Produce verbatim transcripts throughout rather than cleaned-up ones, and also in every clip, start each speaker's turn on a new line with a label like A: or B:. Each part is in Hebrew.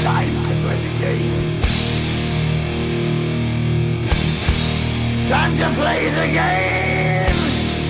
A: Time to play the game. Time to play the game.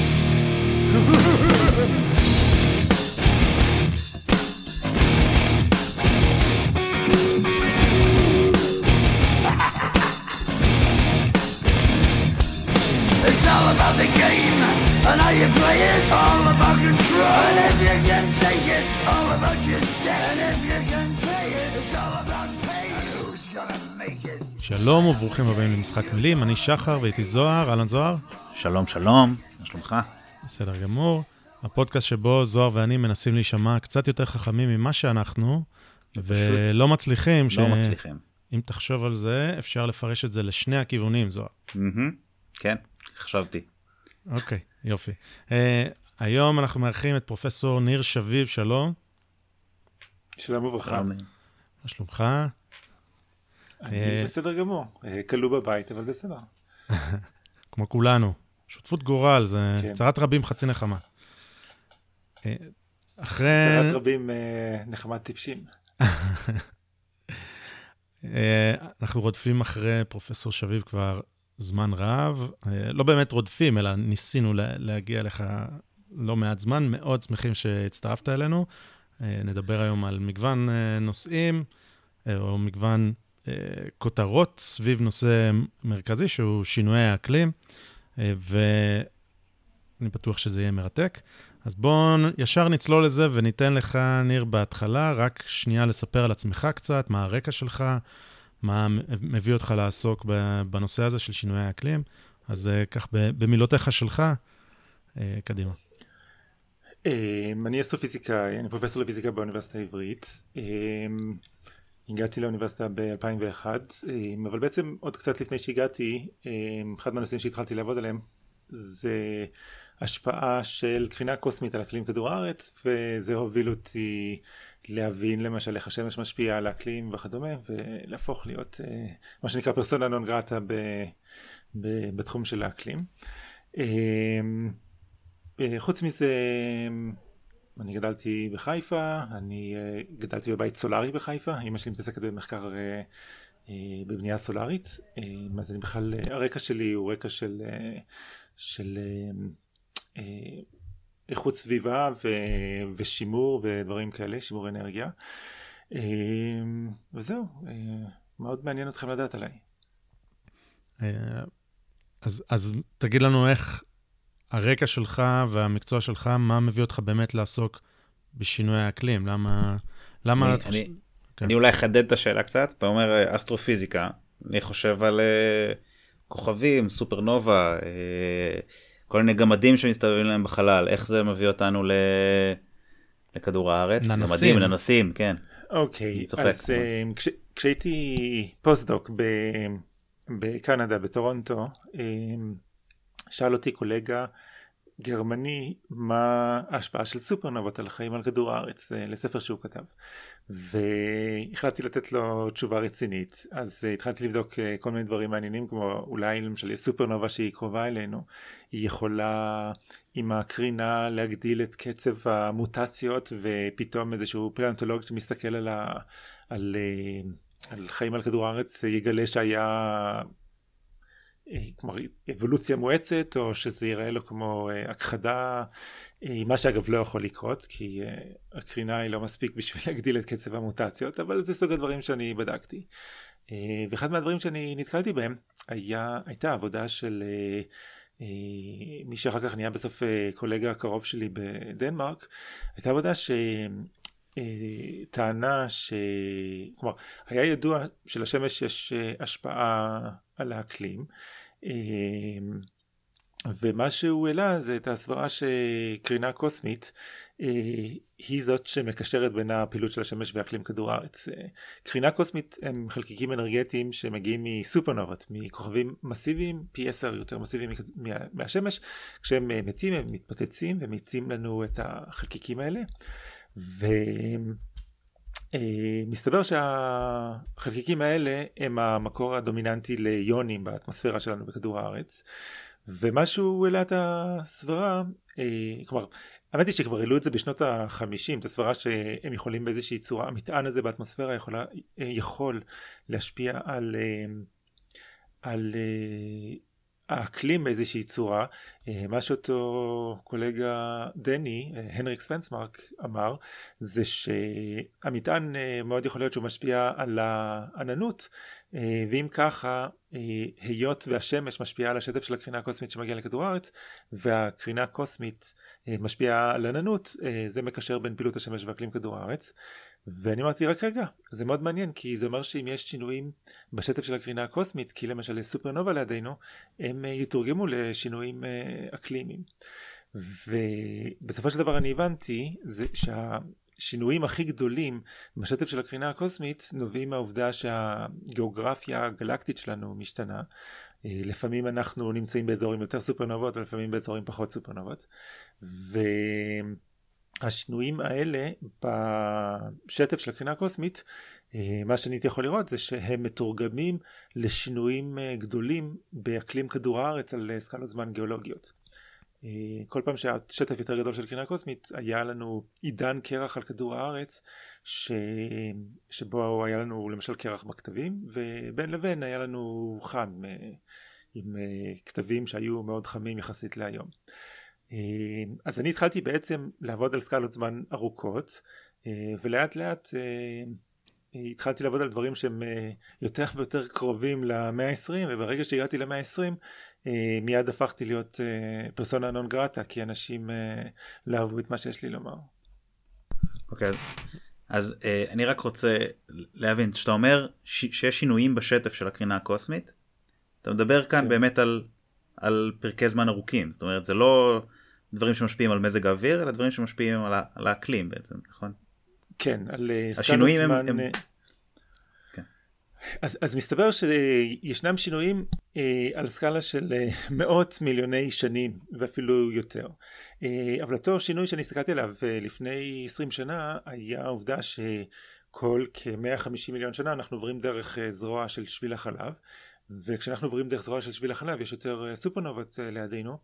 A: It's all about the game and how you play it. All about control. And if you can take it, all about your debt. And if you can pay it, it's all about pay. And who's gonna make it?
B: שלום וברוכים הבאים למשחק מילים, אני שחר ואיתי זוהר, אהלן זוהר.
C: שלום שלום, מה שלומך?
B: בסדר גמור. הפודקאסט שבו זוהר ואני מנסים להישמע קצת יותר חכמים ממה שאנחנו, ולא מצליחים.
C: לא מצליחים.
B: אם תחשוב על זה, אפשר לפרש את זה לשני הכיוונים, זוהר.
C: כן, חשבתי.
B: אוקיי, יופי. היום אנחנו מארחים את פרופסור ניר שביב, שלום.
D: שלום וברכה.
B: מה שלומך?
D: אני בסדר גמור, כלוא בבית, אבל בסדר.
B: כמו כולנו. שותפות גורל, זה צרת רבים חצי נחמה. אחרי...
D: צרת רבים נחמת טיפשים.
B: אנחנו רודפים אחרי פרופסור שביב כבר זמן רב. לא באמת רודפים, אלא ניסינו להגיע לך לא מעט זמן. מאוד שמחים שהצטרפת אלינו. נדבר היום על מגוון נושאים, או מגוון כותרות סביב נושא מרכזי, שהוא שינויי האקלים, ואני בטוח שזה יהיה מרתק. אז בואו ישר נצלול לזה וניתן לך, ניר, בהתחלה, רק שנייה לספר על עצמך קצת, מה הרקע שלך, מה מביא אותך לעסוק בנושא הזה של שינויי האקלים. אז כך, במילותיך שלך, קדימה.
D: אני אסטרופיזיקאי, אני פרופסור לפיזיקה באוניברסיטה העברית. הגעתי לאוניברסיטה ב-אלפיים ואחת, אבל בעצם עוד קצת לפני שהגעתי, אחד מהנושאים שהתחלתי לעבוד עליהם, זה השפעה של קרינה קוסמית על אקלים כדור הארץ, וזה הוביל אותי להבין למשל איך השמש משפיעה על האקלים וכדומה, ולהפוך להיות מה שנקרא פרסונה נון גרטה בתחום של האקלים. חוץ מזה, אני גדלתי בחיפה, אני גדלתי בבית סולארי בחיפה, אמא שלי מתעסקת במחקר בבנייה סולארית, אז אני בכלל, הרקע שלי הוא רקע של, של איכות סביבה ו, ושימור ודברים כאלה, שימור אנרגיה, וזהו, מאוד מעניין אתכם לדעת עליי.
B: אז, אז תגיד לנו איך הרקע שלך והמקצוע שלך, מה מביא אותך באמת לעסוק בשינוי האקלים? למה... למה
C: אני, אני, כן. אני אולי אחדד את השאלה קצת. אתה אומר אסטרופיזיקה. אני חושב על uh, כוכבים, סופרנובה, uh, כל מיני גמדים שמסתובבים להם בחלל. איך זה מביא אותנו ל... לכדור הארץ?
B: ננסים.
C: גמדים, ננסים, כן.
D: אוקיי, אז uh, כש, כשהייתי פוסט-דוק ב, בקנדה, בטורונטו, um, שאל אותי קולגה גרמני מה ההשפעה של סופרנובות על החיים על כדור הארץ, לספר שהוא כתב, והחלטתי לתת לו תשובה רצינית. אז התחלתי לבדוק כל מיני דברים מעניינים, כמו אולי למשל סופרנובה שהיא קרובה אלינו, היא יכולה עם הקרינה להגדיל את קצב המוטציות, ופתאום איזשהו פלנטולוג שמסתכל על, ה... על... על חיים על כדור הארץ יגלה שהיה כלומר אבולוציה מואצת, או שזה יראה לו כמו הכחדה, מה שאגב לא יכול לקרות, כי הקרינה היא לא מספיק בשביל להגדיל את קצב המוטציות, אבל זה סוג הדברים שאני בדקתי. ואחד מהדברים שאני נתקלתי בהם, היה, הייתה עבודה של מי שאחר כך נהיה בסוף קולגה הקרוב שלי בדנמרק, הייתה עבודה ש... טענה ש... כלומר, היה ידוע שלשמש יש השפעה על האקלים, ומה שהוא העלה זה את הסברה שקרינה קוסמית היא זאת שמקשרת בין הפעילות של השמש ואקלים כדור הארץ. קרינה קוסמית הם חלקיקים אנרגטיים שמגיעים מסופרנובות, מכוכבים מסיביים, פי עשר יותר מסיביים מהשמש. כשהם מתים הם מתפוצצים ומציעים לנו את החלקיקים האלה, ומסתבר שהחלקיקים האלה הם המקור הדומיננטי ליונים באטמוספירה שלנו בכדור הארץ. ומשהו העלה את הסברה, כלומר, האמת היא שכבר העלו את זה בשנות ה-חמישים, את הסברה שהם יכולים באיזושהי צורה, המטען הזה באטמוספירה יכולה, יכול להשפיע על, על האקלים באיזושהי צורה. מה שאותו קולגה דני, הנריק סוונסמרק, אמר, זה שהמטען מאוד יכול להיות שהוא משפיע על העננות, ואם ככה, היות והשמש משפיעה על השטף של הקרינה הקוסמית שמגיעה לכדור הארץ, והקרינה הקוסמית משפיעה על העננות, זה מקשר בין פעילות השמש ואקלים כדור הארץ. ואני אמרתי רק רגע, זה מאוד מעניין, כי זה אומר שאם יש שינויים בשטף של הקרינה הקוסמית, כי למשל סופרנובה לידינו, הם יתורגמו לשינויים אקלימיים. ובסופו של דבר אני הבנתי זה שהשינויים הכי גדולים בשטף של הקרינה הקוסמית נובעים מהעובדה שהגיאוגרפיה הגלקטית שלנו משתנה. לפעמים אנחנו נמצאים באזורים יותר סופרנובות, ולפעמים באזורים פחות סופרנובות. ו... השינויים האלה בשטף של הקרינה הקוסמית, מה שאני יכול לראות זה שהם מתורגמים לשינויים גדולים באקלים כדור הארץ על סקלות זמן גיאולוגיות. כל פעם שהשטף יותר גדול של קרינה קוסמית, היה לנו עידן קרח על כדור הארץ, ש... שבו היה לנו למשל קרח בכתבים, ובין לבין היה לנו חם, עם כתבים שהיו מאוד חמים יחסית להיום. אז אני התחלתי בעצם לעבוד על סקלות זמן ארוכות, ולאט לאט התחלתי לעבוד על דברים שהם יותר ויותר קרובים למאה ה-עשרים, וברגע שהגעתי למאה ה-עשרים מיד הפכתי להיות פרסונה נון גרטה, כי אנשים לא אהבו את מה שיש לי לומר.
C: אוקיי, אז אני רק רוצה להבין, שאתה אומר שיש שינויים בשטף של הקרינה הקוסמית, אתה מדבר כאן באמת על על פרקי זמן ארוכים, זאת אומרת, זה לא דברים שמשפיעים על מזג האוויר, אלא דברים שמשפיעים על, על האקלים בעצם, נכון?
D: כן, על
C: השינויים
D: זמן...
C: הם... הם... כן.
D: אז, אז מסתבר שישנם שינויים אה, על סקאלה של אה, מאות מיליוני שנים, ואפילו יותר. אה, אבל אותו שינוי שאני הסתכלתי עליו אה, לפני עשרים שנה, היה העובדה שכל כ-מאה וחמישים מיליון שנה אנחנו עוברים דרך אה, זרוע של שביל החלב, וכשאנחנו עוברים דרך זרוע של שביל החלב יש יותר סופרנובות לידינו,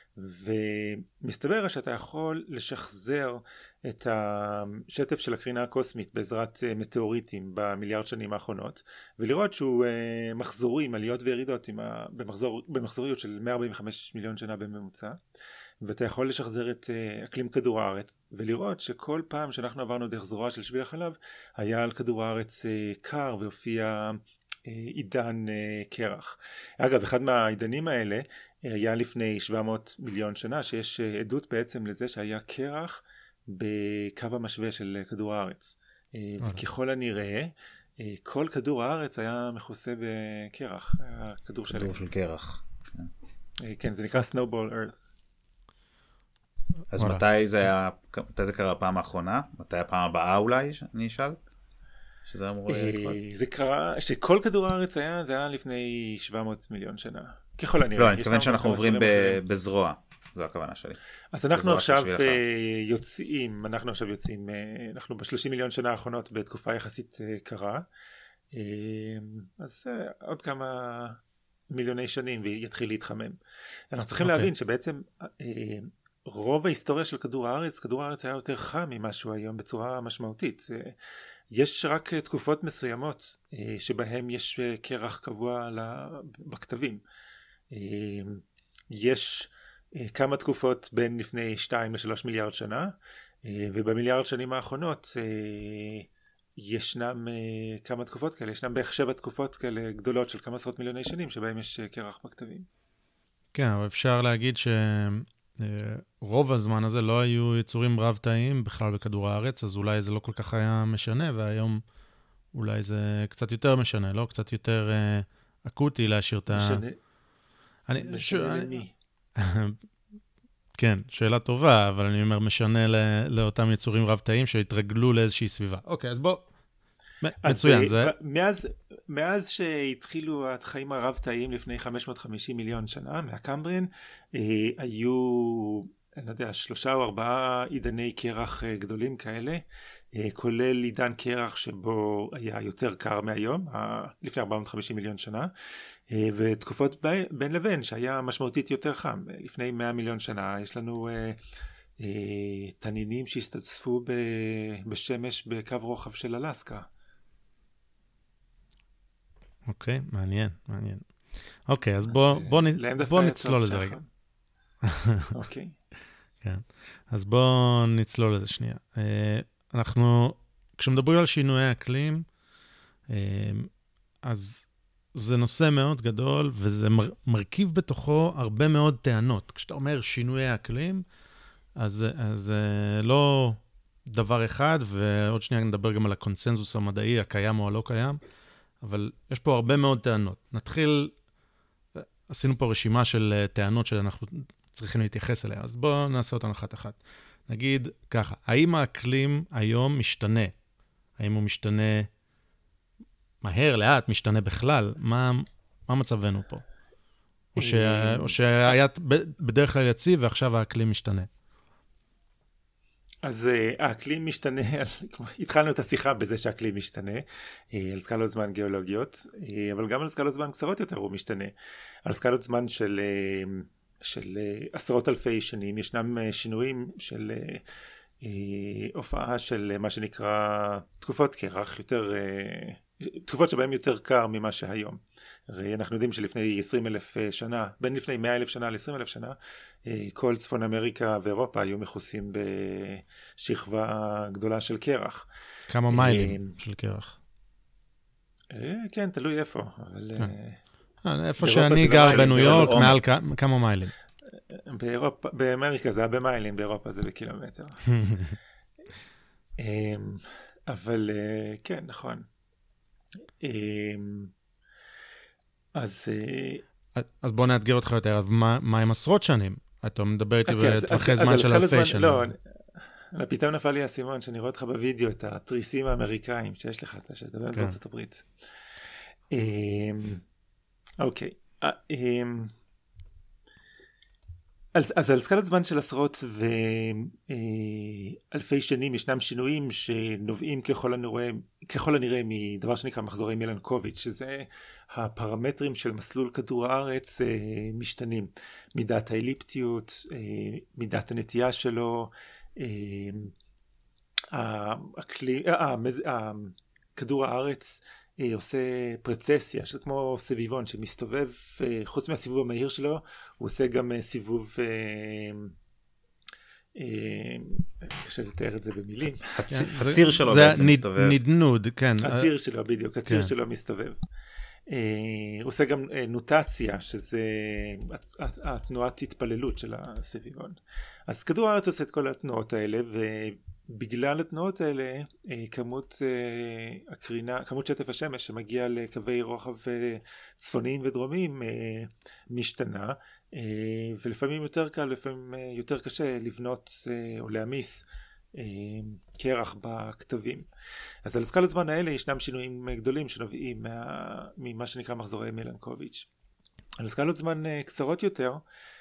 D: ומסתבר שאתה יכול לשחזר את השטף של הקרינה הקוסמית בעזרת מטאוריטים במיליארד שנים האחרונות, ולראות שהוא מחזורי עם עליות וירידות עם במחזור, במחזוריות של מאה ארבעים וחמישה מיליון שנה בממוצע, ואתה יכול לשחזר את אקלים כדור הארץ ולראות שכל פעם שאנחנו עברנו דרך זרוע של שביל החלב היה על כדור הארץ קר והופיע עידן קרח. אגב, אחד מהעידנים האלה היה לפני שבע מאות מיליון שנה, שיש עדות בעצם לזה שהיה קרח בקו המשווה של כדור הארץ. וככל הנראה, כל כדור הארץ היה מכוסה בקרח. כדור של...
C: כדור של קרח.
D: כן, זה נקרא Snowball Earth.
C: אז מתי זה היה, מתי זה קרה הפעם האחרונה? מתי הפעם הבאה אולי, אני אשאל? שזה אמור לקרות?
D: זה קרה, שכל כדור הארץ היה, זה היה לפני שבע מאות מיליון שנה. ככל הנראה.
C: לא, אני מתכוון שאנחנו עוברים בזרוע. זו הכוונה שלי.
D: אז אנחנו עכשיו יוצאים, אנחנו עכשיו יוצאים, אנחנו בשלושים מיליון שנה האחרונות בתקופה יחסית קרה. אז עוד כמה מיליוני שנים ויתחיל להתחמם. אנחנו צריכים להבין שבעצם רוב ההיסטוריה של כדור הארץ, כדור הארץ היה יותר חם ממה שהוא היום בצורה משמעותית. יש רק תקופות מסוימות שבהם יש קרח קבוע בכתבים. יש כמה תקופות בין לפני שתיים לשלוש מיליארד שנה, ובמיליארד שנים האחרונות ישנם כמה תקופות כאלה, ישנם בערך שבע תקופות כאלה גדולות של כמה עשרות מיליוני שנים שבהם יש קרח בכתבים.
B: כן, אבל אפשר להגיד ש... רוב הזמן הזה לא היו יצורים רב-תאיים בכלל בכדור הארץ, אז אולי זה לא כל כך היה משנה, והיום אולי זה קצת יותר משנה, לא? קצת יותר אה, אקוטי להשאיר את ה...
D: משנה?
B: אני,
D: משנה
B: ש...
D: למי?
B: כן, שאלה טובה, אבל אני אומר, משנה ל... לאותם יצורים רב-תאיים שהתרגלו לאיזושהי סביבה. אוקיי, אז בוא... מצוין, זה...
D: מאז, מאז שהתחילו החיים הרב-תאיים לפני חמש מאות וחמישים מיליון שנה, מהקמברין, אה, היו, אני לא יודע, שלושה או ארבעה עידני קרח גדולים כאלה, אה, כולל עידן קרח שבו היה יותר קר מהיום, אה, לפני ארבע מאות וחמישים מיליון שנה, אה, ותקופות ב... בין לבין שהיה משמעותית יותר חם. לפני מאה מיליון שנה יש לנו... אה, תנינים שהסתצפו בשמש בקו רוחב של אלסקה.
B: אוקיי, מעניין, מעניין. אוקיי, אז בוא, בוא, בוא נצלול לזה רגע.
D: אוקיי.
B: כן, אז בוא נצלול לזה שנייה. אנחנו, כשמדברים על שינויי אקלים, אז זה נושא מאוד גדול, וזה מרכיב בתוכו הרבה מאוד טענות. כשאתה אומר שינויי אקלים, אז זה לא דבר אחד, ועוד שנייה נדבר גם על הקונסנזוס המדעי, הקיים או הלא קיים, אבל יש פה הרבה מאוד טענות. נתחיל, עשינו פה רשימה של טענות שאנחנו צריכים להתייחס אליה, אז בואו נעשה אותן אחת אחת. נגיד ככה, האם האקלים היום משתנה? האם הוא משתנה מהר, לאט, משתנה בכלל? מה, מה מצבנו פה? או, ש... או שהיה בדרך כלל יציב ועכשיו האקלים משתנה?
D: אז uh, האקלים משתנה, התחלנו את השיחה בזה שהאקלים משתנה, uh, על סקלות זמן גיאולוגיות, uh, אבל גם על סקלות זמן קצרות יותר הוא משתנה. על סקלות זמן של, uh, של uh, עשרות אלפי שנים, ישנם uh, שינויים של uh, uh, הופעה של uh, מה שנקרא תקופות קרח, יותר, uh, תקופות שבהן יותר קר ממה שהיום. הרי אנחנו יודעים שלפני עשרים אלף שנה, בין לפני מאה אלף שנה ל-עשרים אלף שנה, כל צפון אמריקה ואירופה היו מכוסים בשכבה גדולה של קרח.
B: כמה מיילים של קרח?
D: כן, תלוי איפה. אבל
B: איפה שאני גר בניו יורק, מעל כמה מיילים.
D: באמריקה זה היה במיילים, באירופה זה בקילומטר. אבל כן, נכון. אז
B: אז בוא נאתגר אותך יותר, מה, מה עם עשרות שנים? אתה מדבר איתי בטווחי זמן של אלפי שנים.
D: לא, פתאום נפל לי הסימון שאני רואה אותך בווידאו, את התריסים האמריקאים שיש לך, שאתה באמת בארצות הברית. אוקיי. אז על סקלת זמן של עשרות ואלפי שנים ישנם שינויים שנובעים ככל הנראה, ככל הנראה מדבר שנקרא מחזורי מילנקוביץ', שזה הפרמטרים של מסלול כדור הארץ משתנים. מידת האליפטיות, מידת הנטייה שלו, כדור הארץ עושה פרצסיה, שזה כמו סביבון שמסתובב, חוץ מהסיבוב המהיר שלו, הוא עושה גם סיבוב, קשה לתאר את זה במילים.
C: הציר שלו בעצם מסתובב.
B: נדנוד, כן.
D: הציר שלו, בדיוק, הציר שלו מסתובב. הוא עושה גם נוטציה, שזה התנועת התפללות של הסביבון. אז כדור הארץ עושה את כל התנועות האלה, ובגלל התנועות האלה, כמות הקרינה, כמות שטף השמש שמגיע לקווי רוחב צפוניים ודרומיים משתנה, ולפעמים יותר קל, לפעמים יותר קשה לבנות או להמיס קרח בכתבים. אז על סקלות זמן האלה ישנם שינויים גדולים שנובעים מה, ממה שנקרא מחזורי מילנקוביץ'. על סקלות זמן קצרות יותר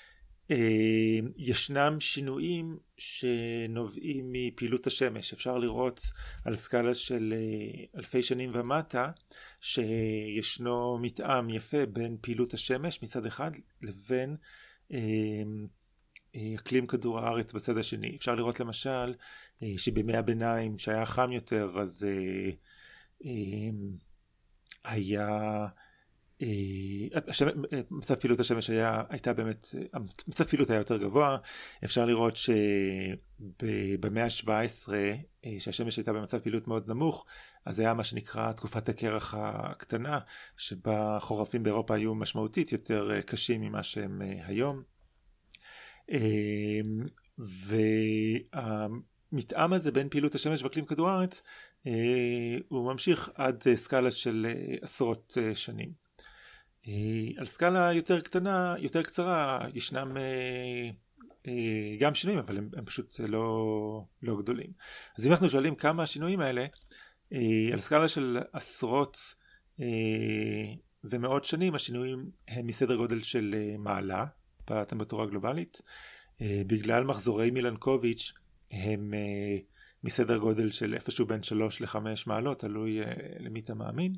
D: ישנם שינויים שנובעים מפעילות השמש. אפשר לראות על סקלה של אלפי שנים ומטה שישנו מתאם יפה בין פעילות השמש מצד אחד לבין אקלים כדור הארץ בצד השני. אפשר לראות למשל שבימי הביניים שהיה חם יותר אז היה מצב פעילות השמש היה, הייתה באמת, מצב פעילות היה יותר גבוה. אפשר לראות שבמאה ה-שבע עשרה שהשמש הייתה במצב פעילות מאוד נמוך, אז היה מה שנקרא תקופת הקרח הקטנה, שבה חורפים באירופה היו משמעותית יותר קשים ממה שהם היום. והמתאם הזה בין פעילות השמש ואקלים כדור הארץ הוא ממשיך עד סקאלה של עשרות שנים. על סקאלה יותר קטנה, יותר קצרה, ישנם גם שינויים, אבל הם, הם פשוט לא, לא גדולים. אז אם אנחנו שואלים כמה השינויים האלה, על סקאלה של עשרות ומאות שנים, השינויים הם מסדר גודל של מעלה בטמפרטורה הגלובלית. בגלל מחזורי מילנקוביץ' הם מסדר גודל של איפשהו בין שלוש לחמש מעלות, תלוי למי אתה מאמין.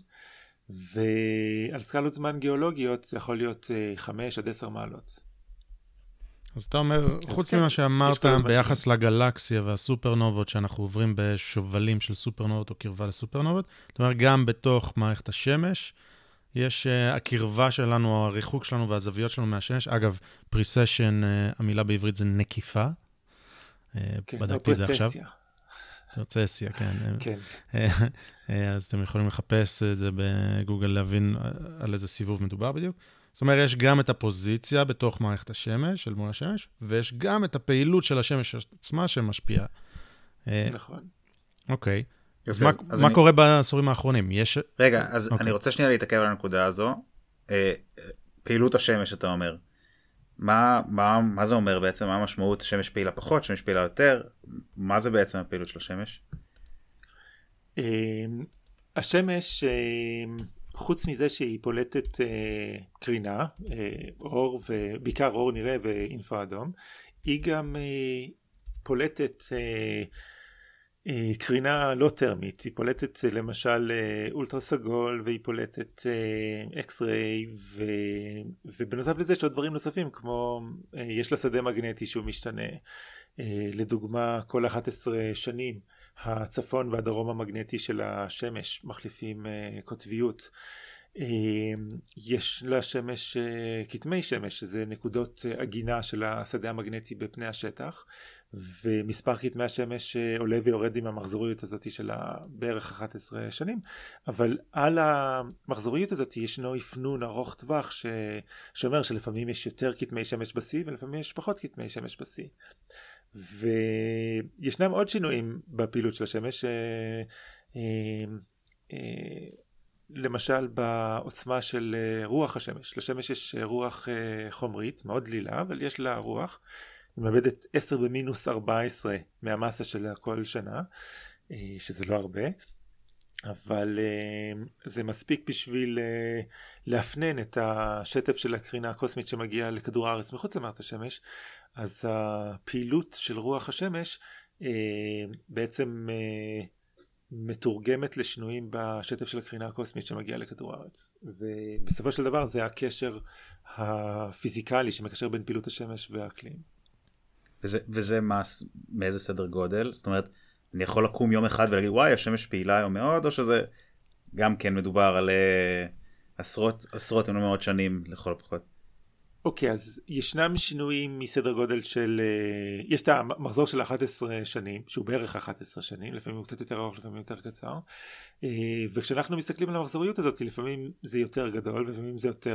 D: ועל סקלות זמן גיאולוגיות זה יכול להיות חמש עד עשר מעלות.
B: אז אתה אומר, חוץ כן, ממה שאמרת ביחס לגלקסיה והסופרנובות, שאנחנו עוברים בשובלים של סופרנובות או קרבה לסופרנובות, זאת אומרת, גם בתוך מערכת השמש, יש uh, הקרבה שלנו, או הריחוק שלנו והזוויות שלנו מהשמש. אגב, פריסשן, uh, המילה בעברית זה נקיפה. Uh,
D: כן,
B: בדקתי את זה עכשיו.
D: פרצסיה.
B: פרצסיה, כן.
D: כן.
B: אז אתם יכולים לחפש את זה בגוגל, להבין על איזה סיבוב מדובר בדיוק. זאת אומרת, יש גם את הפוזיציה בתוך מערכת השמש, של מול השמש, ויש גם את הפעילות של השמש עצמה שמשפיעה.
D: נכון.
B: אוקיי. אז מה, אז מה אני... קורה בעשורים האחרונים? יש...
C: רגע, אז okay. אני רוצה שנייה להתעכב על הנקודה הזו. אה, פעילות השמש, אתה אומר. מה, מה, מה זה אומר בעצם? מה המשמעות? שמש פעילה פחות, שמש פעילה יותר? מה זה בעצם הפעילות של השמש?
D: אה, השמש, אה, חוץ מזה שהיא פולטת אה, קרינה, אה, אור, ובעיקר אור נראה ואינפרה אדום, היא גם אה, פולטת... אה, קרינה לא טרמית, היא פולטת למשל אולטרה סגול, והיא פולטת אקס-ריי, ו... ובנוסף לזה יש עוד דברים נוספים, כמו יש לה שדה מגנטי שהוא משתנה, לדוגמה כל אחת עשרה שנים הצפון והדרום המגנטי של השמש מחליפים קוטביות, יש לשמש כתמי שמש, שזה נקודות הגינה של השדה המגנטי בפני השטח, ומספר כתמי השמש עולה ויורד עם המחזוריות הזאת של בערך אחת עשרה שנים, אבל על המחזוריות הזאת ישנו אפנון ארוך טווח ש... שאומר שלפעמים יש יותר כתמי שמש בשיא ולפעמים יש פחות כתמי שמש בשיא. וישנם עוד שינויים בפעילות של השמש, למשל בעוצמה של רוח השמש. לשמש יש רוח חומרית מאוד דלילה, אבל יש לה רוח, היא מאבדת עשר במינוס ארבע עשרה מהמסה שלה כל שנה, שזה לא הרבה, אבל זה מספיק בשביל להפנן את השטף של הקרינה הקוסמית שמגיעה לכדור הארץ מחוץ למערכת השמש. אז הפעילות של רוח השמש בעצם מתורגמת לשינויים בשטף של הקרינה הקוסמית שמגיעה לכדור הארץ, ובסופו של דבר זה הקשר הפיזיקלי שמקשר בין פעילות השמש והאקלים.
C: וזה, וזה מה, מאיזה סדר גודל? זאת אומרת, אני יכול לקום יום אחד ולהגיד, וואי, השמש פעילה היום מאוד, או שזה גם כן מדובר על uh, עשרות, עשרות אם לא מאות שנים לכל הפחות?
D: אוקיי, okay, אז ישנם שינויים מסדר גודל של, uh, יש את המחזור של אחת עשרה שנים, שהוא בערך אחת עשרה שנים, לפעמים הוא קצת יותר ארוך, לפעמים יותר קצר, uh, וכשאנחנו מסתכלים על המחזוריות הזאת, לפעמים זה יותר גדול, ולפעמים זה יותר...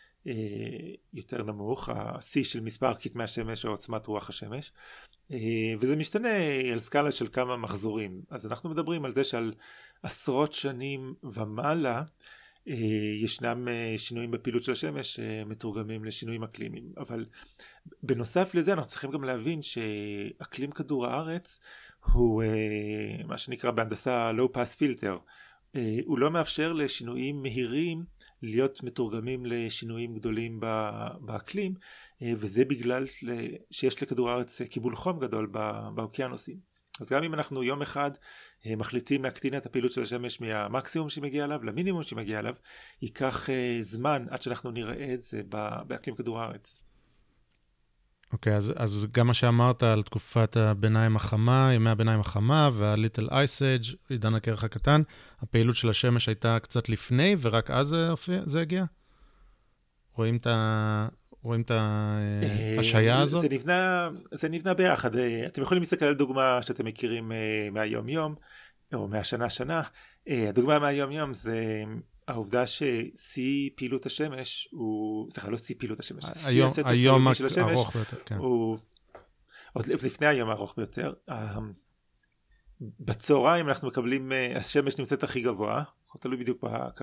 D: יותר נמוך, ה-C של מספר כתמי השמש או עוצמת רוח השמש, וזה משתנה על סקאלה של כמה מחזורים. אז אנחנו מדברים על זה שעל עשרות שנים ומעלה ישנם שינויים בפעילות של השמש מתורגמים לשינויים אקלימיים, אבל בנוסף לזה אנחנו צריכים גם להבין שאקלים כדור הארץ הוא מה שנקרא בהנדסה low pass filter, הוא לא מאפשר לשינויים מהירים להיות מתורגמים לשינויים גדולים באקלים, וזה בגלל שיש לכדור הארץ קיבול חום גדול באוקיינוסים. אז גם אם אנחנו יום אחד מחליטים להקטין את הפעילות של השמש מהמקסימום שמגיע אליו למינימום שמגיע אליו, ייקח זמן עד שאנחנו נראה את זה באקלים כדור הארץ.
B: אוקיי, okay, אז, אז גם מה שאמרת על תקופת הביניים החמה, ימי הביניים החמה וה-Little Ice Age, עידן הקרח הקטן, הפעילות של השמש הייתה קצת לפני, ורק אז זה, זה הגיע? רואים את ה... רואים את ההשעיה הזאת?
D: זה נבנה, זה נבנה ביחד. אתם יכולים להסתכל על דוגמה שאתם מכירים מהיום יום, או מהשנה שנה. הדוגמה מהיום יום זה... העובדה ששיא פעילות השמש הוא, סליחה, לא שיא פעילות השמש,
B: היום, היום הארוך ביותר, כן.
D: הוא, עוד לפני היום הארוך ביותר, בצהריים אנחנו מקבלים, השמש נמצאת הכי גבוה, תלוי בדיוק בקו,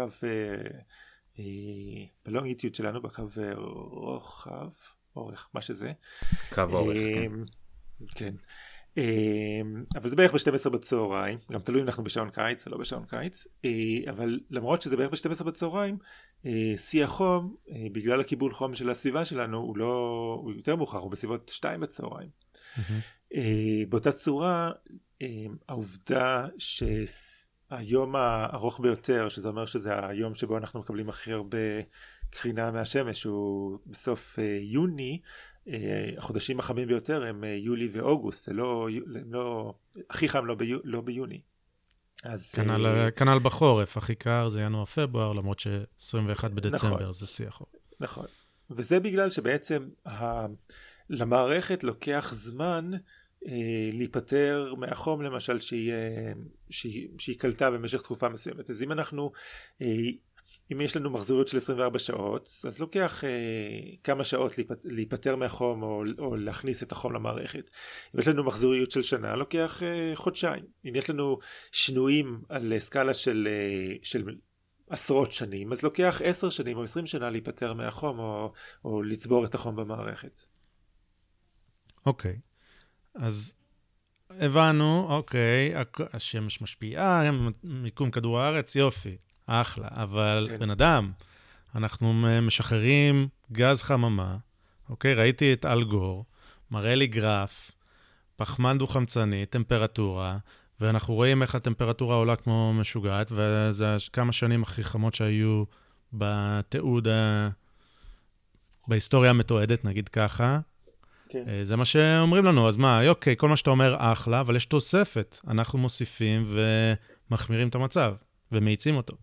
D: בלונגיטיוד שלנו, בקו רוחב, אורך, מה שזה.
C: קו אורך, כן.
D: כן. אבל זה בערך ב-שתים עשרה בצהריים, גם תלוי אם אנחנו בשעון קיץ או לא בשעון קיץ, אבל למרות שזה בערך ב-שתים עשרה בצהריים, שיא החום, בגלל הקיבול חום של הסביבה שלנו, הוא לא, הוא יותר מאוחר, הוא בסביבות שתיים בצהריים. באותה צורה, העובדה שהיום הארוך ביותר, שזה אומר שזה היום שבו אנחנו מקבלים הכי הרבה קרינה מהשמש, הוא בסוף יוני, החודשים החמים ביותר הם יולי ואוגוסט, זה לא, לא, הכי חם לא, ביו, לא ביוני. אז,
B: כנל, כנל בחורף, הכי קר זה ינואר-פברואר, למרות ש-עשרים ואחד בדצמבר
D: נכון,
B: זה שיא החורף.
D: נכון, וזה בגלל שבעצם ה... למערכת לוקח זמן אה, להיפטר מהחום, למשל, שהיא, אה, שהיא, שהיא קלטה במשך תקופה מסוימת. אז אם אנחנו, אה, אם יש לנו מחזוריות של עשרים וארבע שעות, אז לוקח אה, כמה שעות להיפט, להיפטר מהחום או, או להכניס את החום למערכת. אם יש לנו מחזוריות של שנה, לוקח אה, חודשיים. אם יש לנו שינויים על סקאלה של, אה, של עשרות שנים, אז לוקח עשר שנים או עשרים שנה להיפטר מהחום או, או לצבור את החום במערכת.
B: אוקיי, אז הבנו, אוקיי, השמש משפיעה, מיקום כדור הארץ, יופי, אחלה, אבל
D: כן.
B: בן אדם, אנחנו משחררים גז חממה, אוקיי, ראיתי את אל גור, מראה לי גרף, פחמן דו-חמצני, טמפרטורה, ואנחנו רואים איך הטמפרטורה עולה כמו משוגעת, וזה כמה שנים הכי חמות שהיו בתיעוד, בהיסטוריה המתועדת, נגיד ככה,
D: כן.
B: זה מה שאומרים לנו, אז מה, אוקיי, כל מה שאתה אומר אחלה, אבל יש תוספת. אנחנו מוסיפים ומחמירים את המצב, ומאיצים אותו.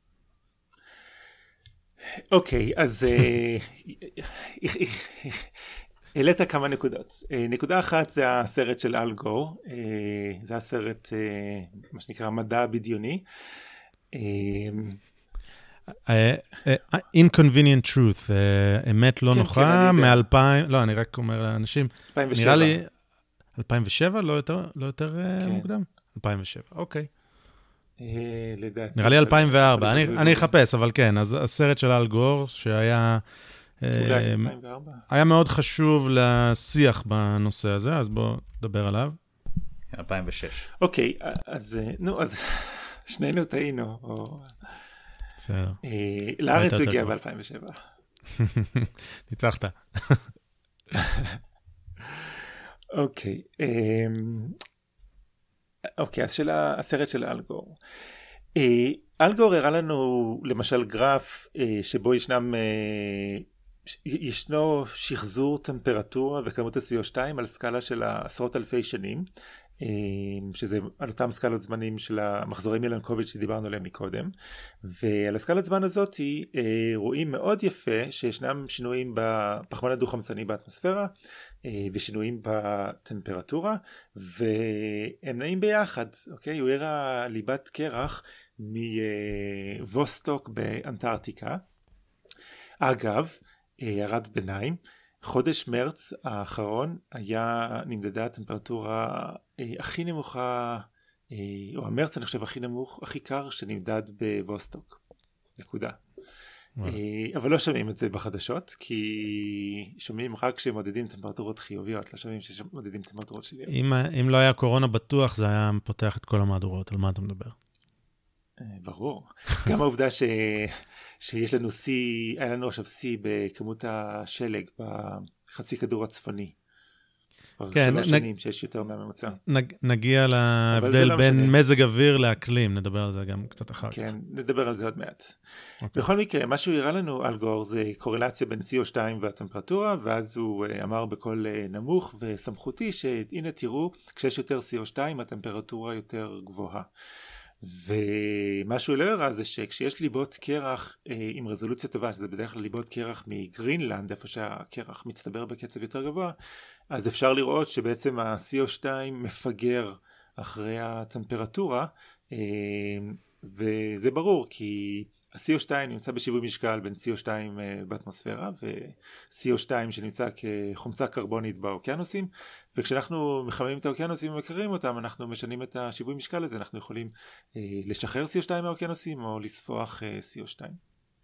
D: אוקיי, אז העלית כמה נקודות. נקודה אחת זה הסרט של אל גור, זה הסרט, מה שנקרא, מדע בדיוני.
B: Inconvenient truth, אמת לא נוחה, מאלפיים, לא, אני רק אומר לאנשים, נראה לי, אלפיים ושבע, לא יותר מוקדם? אלפיים ושבע, אוקיי. נראה לי אלפיים וארבע, אני אחפש, אבל כן, אז הסרט של אל גור, שהיה היה מאוד חשוב לשיח בנושא הזה, אז בואו נדבר עליו.
C: אלפיים ושש.
D: אוקיי, אז נו, אז שנינו טעינו, או... לארץ הוא הגיע ב-אלפיים ושבע.
B: ניצחת.
D: אוקיי. אוקיי, אז הסרט של אל גור. אל גור הראה לנו למשל גרף שבו ישנם, ישנו שחזור טמפרטורה וכמות ה-סי או שתיים על סקאלה של עשרות אלפי שנים, שזה על אותם סקלות זמנים של המחזורי מילנקוביץ' שדיברנו עליהם מקודם, ועל הסקלת זמן הזאת רואים מאוד יפה שישנם שינויים בפחמן הדו-חמצני באטמוספירה ושינויים בטמפרטורה, והם נעים ביחד. אוקיי? הוא הראה ליבת קרח מווסטוק באנטארקטיקה. אגב, הערת ביניים, חודש מרץ האחרון היה נמדדה הטמפרטורה הכי נמוכה, או המרץ אני חושב הכי נמוך, הכי קר שנמדד בווסטוק. נקודה. אבל לא שומעים את זה בחדשות, כי שומעים רק כשמודדים טמפרטורות חיוביות, לא שומעים שמודדים טמפרטורות שליליות.
B: אם, אם לא היה קורונה בטוח, זה היה פותח את כל המהדורות. על מה אתה מדבר?
D: ברור. גם העובדה ש... שיש לנו C, היה לנו עכשיו C בכמות השלג בחצי כדור הצפוני. כן, שלוש נ... שנים שיש יותר מהממוצע.
B: נג... נגיע להבדל לא בין משנה. מזג אוויר לאקלים, נדבר על זה גם קצת אחר כך.
D: כן, נדבר על זה עוד מעט. Okay. בכל מקרה, מה שהוא הראה לנו, אל גור, זה קורלציה בין סי או שתיים והטמפרטורה, ואז הוא אמר בקול נמוך וסמכותי, שהנה תראו, כשיש יותר סי או שתיים, הטמפרטורה יותר גבוהה. ומה שהוא לא הראה זה שכשיש ליבות קרח אה, עם רזולוציה טובה, שזה בדרך כלל ליבות קרח מגרינלנד, איפה שהקרח מצטבר בקצב יותר גבוה, אז אפשר לראות שבעצם ה-סי או שתיים מפגר אחרי הטמפרטורה, אה, וזה ברור כי ה-סי או שתיים נמצא בשיווי משקל בין סי או שתיים באטמוספירה ו-סי או שתיים שנמצא כחומצה קרבונית באוקיינוסים, וכשאנחנו מחממים את האוקיינוסים ומקררים אותם, אנחנו משנים את השיווי משקל הזה, אנחנו יכולים אה, לשחרר סי או שתיים מהאוקיינוסים או לספוח אה, סי או שתיים.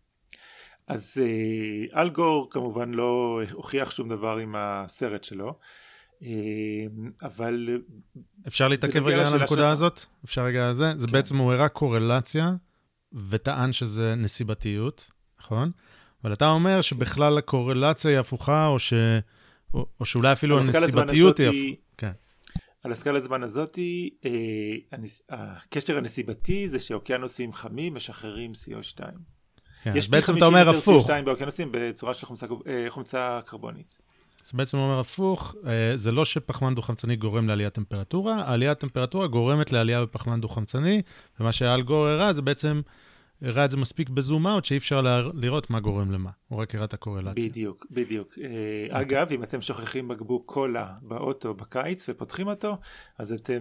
D: אז אה, אל גור כמובן לא הוכיח שום דבר עם הסרט שלו, אה, אבל...
B: אפשר להתעכב רגע על הנקודה שלך. הזאת? אפשר רגע על זה? זה כן. בעצם הוא הראה קורלציה, וטען שזה נסיבתיות, נכון? אבל אתה אומר שבכלל הקורלציה היא הפוכה, או, ש... או, או שאולי אפילו הנסיבתיות היא הפוכה. כן.
D: על הסקלת זמן הזאת, אה, הנס... הקשר הנסיבתי זה שאוקיינוסים חמים משחררים סי או שתיים.
B: כן, יש בעצם אתה אומר הפוך.
D: סי או שתיים באוקיינוסים בצורה של חומצה, אה, חומצה קרבונית.
B: זה בעצם אומר הפוך, זה לא שפחמן דו-חמצני גורם לעליית טמפרטורה, עליית טמפרטורה גורמת לעלייה בפחמן דו-חמצני, ומה שאל גור הראה זה בעצם, הראה את זה מספיק בזום אאוט, שאי אפשר לראות מה גורם למה. הוא רק הראה את הקורלציה.
D: בדיוק, בדיוק. אגב, אם אתם שוכחים בקבוק קולה באוטו בקיץ ופותחים אותו, אז אתם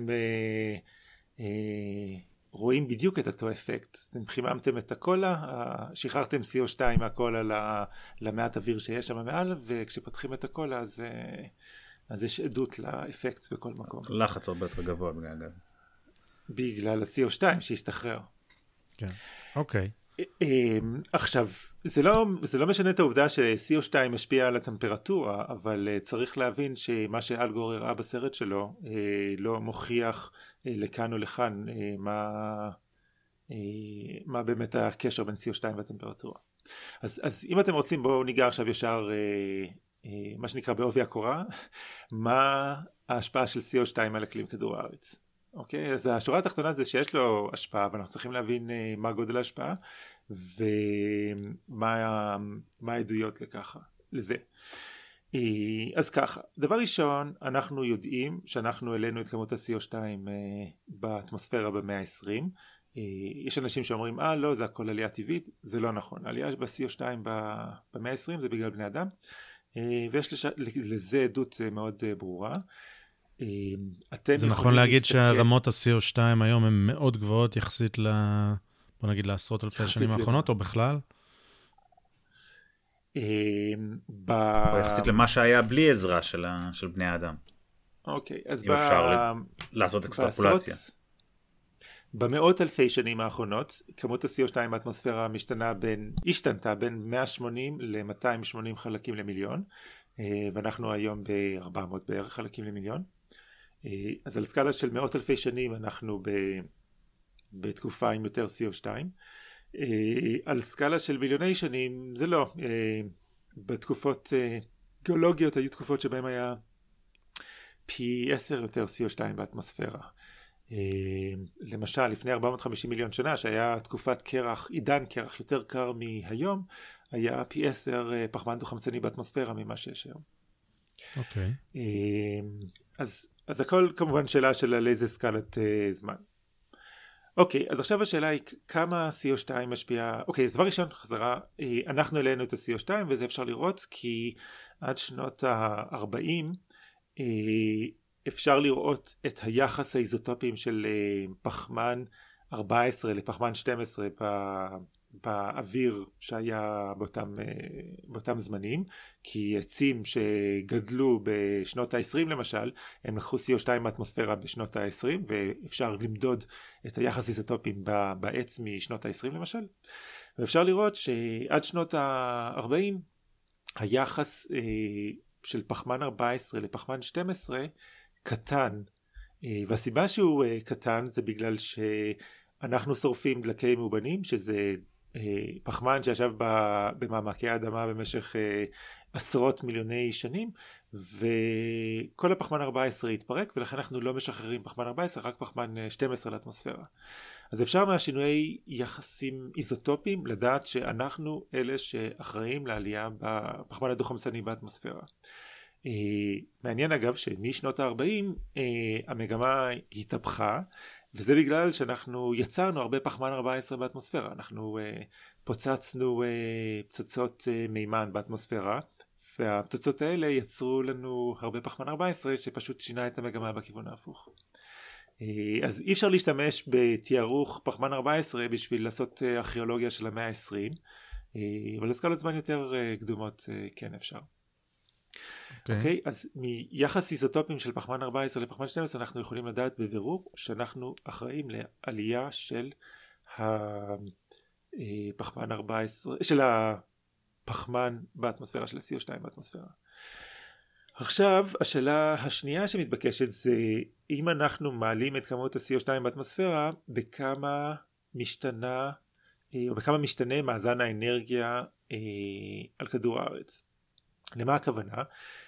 D: רואים בדיוק את אותו אפקט. אתם חיממתם את הקולה, שחררתם סי או שתיים מהקולה למעט אוויר שיש שם מעל, וכשפותחים את הקולה, אז, אז יש עדות לאפקט בכל מקום.
C: לחץ הרבה יותר גבוה בגלל הגב.
D: בגלל ה-סי או שתיים שהשתחרר.
B: כן, אוקיי.
D: עכשיו, זה לא, זה לא משנה את העובדה ש-סי או שתיים משפיע על הטמפרטורה, אבל צריך להבין שמה שאל גור הראה בסרט שלו לא מוכיח לכאן או לכאן מה, מה באמת הקשר בין סי או שתיים והטמפרטורה. אז, אז אם אתם רוצים, בואו ניגע עכשיו ישר מה שנקרא בעובי הקורה, מה ההשפעה של סי או שתיים על אקלים כדור הארץ. אוקיי, אז השורה התחתונה זה שיש לו השפעה, ואנחנו צריכים להבין uh, מה גודל ההשפעה, ומה מה העדויות לככה, לזה. Uh, אז ככה, דבר ראשון, אנחנו יודעים שאנחנו העלינו את כמות ה-סי או שתיים uh, באטמוספירה במאה ה-עשרים. Uh, יש אנשים שאומרים, אה לא, זה הכל עלייה טבעית, זה לא נכון. העלייה ב-סי או שתיים במאה ה-עשרים זה בגלל בני אדם, uh, ויש לש... לזה עדות uh, מאוד uh, ברורה.
B: זה נכון להגיד שהרמות ה-סי או שתיים היום הן מאוד גבוהות יחסית ל... בוא נגיד לעשרות אלפי השנים האחרונות, או בכלל?
C: או יחסית למה שהיה בלי עזרה של בני האדם.
D: אוקיי, אז
C: אם אפשר לעשות אקסטרפולציה.
D: במאות אלפי שנים האחרונות, כמות ה-סי או שתיים באטמוספירה משתנה בין, השתנתה בין מאה ושמונים ל-מאתיים ושמונים חלקים למיליון, ואנחנו היום ב-ארבע מאות בערך חלקים למיליון. אז על סקאלה של מאות אלפי שנים אנחנו ב... בתקופה עם יותר סי או שתיים. על סקאלה של מיליוני שנים זה לא. בתקופות גיאולוגיות היו תקופות שבהן היה פי עשר יותר סי או שתיים באטמוספירה. למשל לפני ארבע מאות וחמישים מיליון שנה שהיה תקופת קרח, עידן קרח יותר קר מהיום, היה פי עשר פחמן דו-חמצני באטמוספירה ממה שיש היום.
B: אוקיי.
D: Okay. אז, אז הכל כמובן שאלה של על איזה סקלת uh, זמן. אוקיי, okay, אז עכשיו השאלה היא כמה סי או שתיים משפיע. אוקיי, okay, אז דבר ראשון חזרה, אנחנו העלינו את ה-סי או שתיים וזה אפשר לראות כי עד שנות ה-ארבעים אפשר לראות את היחס האיזוטופיים של פחמן ארבע עשרה לפחמן שתים עשרה באוויר שהיה באותם, באותם זמנים, כי עצים שגדלו בשנות ה-עשרים למשל, הם לקחו סי או שתיים באטמוספירה בשנות ה-עשרים, ואפשר למדוד את היחס איזוטופים בעץ משנות ה-עשרים למשל, ואפשר לראות שעד שנות ה-ארבעים היחס של פחמן ארבע עשרה לפחמן שתים עשרה קטן, והסיבה שהוא קטן זה בגלל שאנחנו שורפים דלקי מאובנים, שזה פחמן שישב במעמקי האדמה במשך עשרות מיליוני שנים, וכל הפחמן ארבע עשרה התפרק, ולכן אנחנו לא משחררים פחמן ארבע עשרה, רק פחמן שתים עשרה לאטמוספירה. אז אפשר מהשינויי יחסים איזוטופיים לדעת שאנחנו אלה שאחראים לעלייה בפחמן הדו-חמצני באטמוספירה. מעניין אגב שמשנות ה-ארבעים המגמה התהפכה, וזה בגלל שאנחנו יצרנו הרבה פחמן ארבע עשרה באטמוספירה. אנחנו uh, פוצצנו uh, פצצות uh, מימן באטמוספירה, והפצצות האלה יצרו לנו הרבה פחמן ארבע עשרה שפשוט שינה את המגמה בכיוון ההפוך. Uh, אז אי אפשר להשתמש בתיארוך פחמן ארבע עשרה בשביל לעשות uh, ארכיאולוגיה של המאה ה-עשרים, uh, אבל לסקלות זמן יותר uh, קדומות uh, כן אפשר. אוקיי, okay. okay, אז מיחס איזוטופים של פחמן ארבע עשרה לפחמן שתים עשרה אנחנו יכולים לדעת בבירור שאנחנו אחראים לעלייה של הפחמן ארבע עשרה, של הפחמן באטמוספירה, של ה-סי או שתיים באטמוספירה. עכשיו השאלה השנייה שמתבקשת זה אם אנחנו מעלים את כמות ה-סי או שתיים באטמוספירה, בכמה משתנה או בכמה משתנה מאזן האנרגיה על כדור הארץ. למה הכוונה?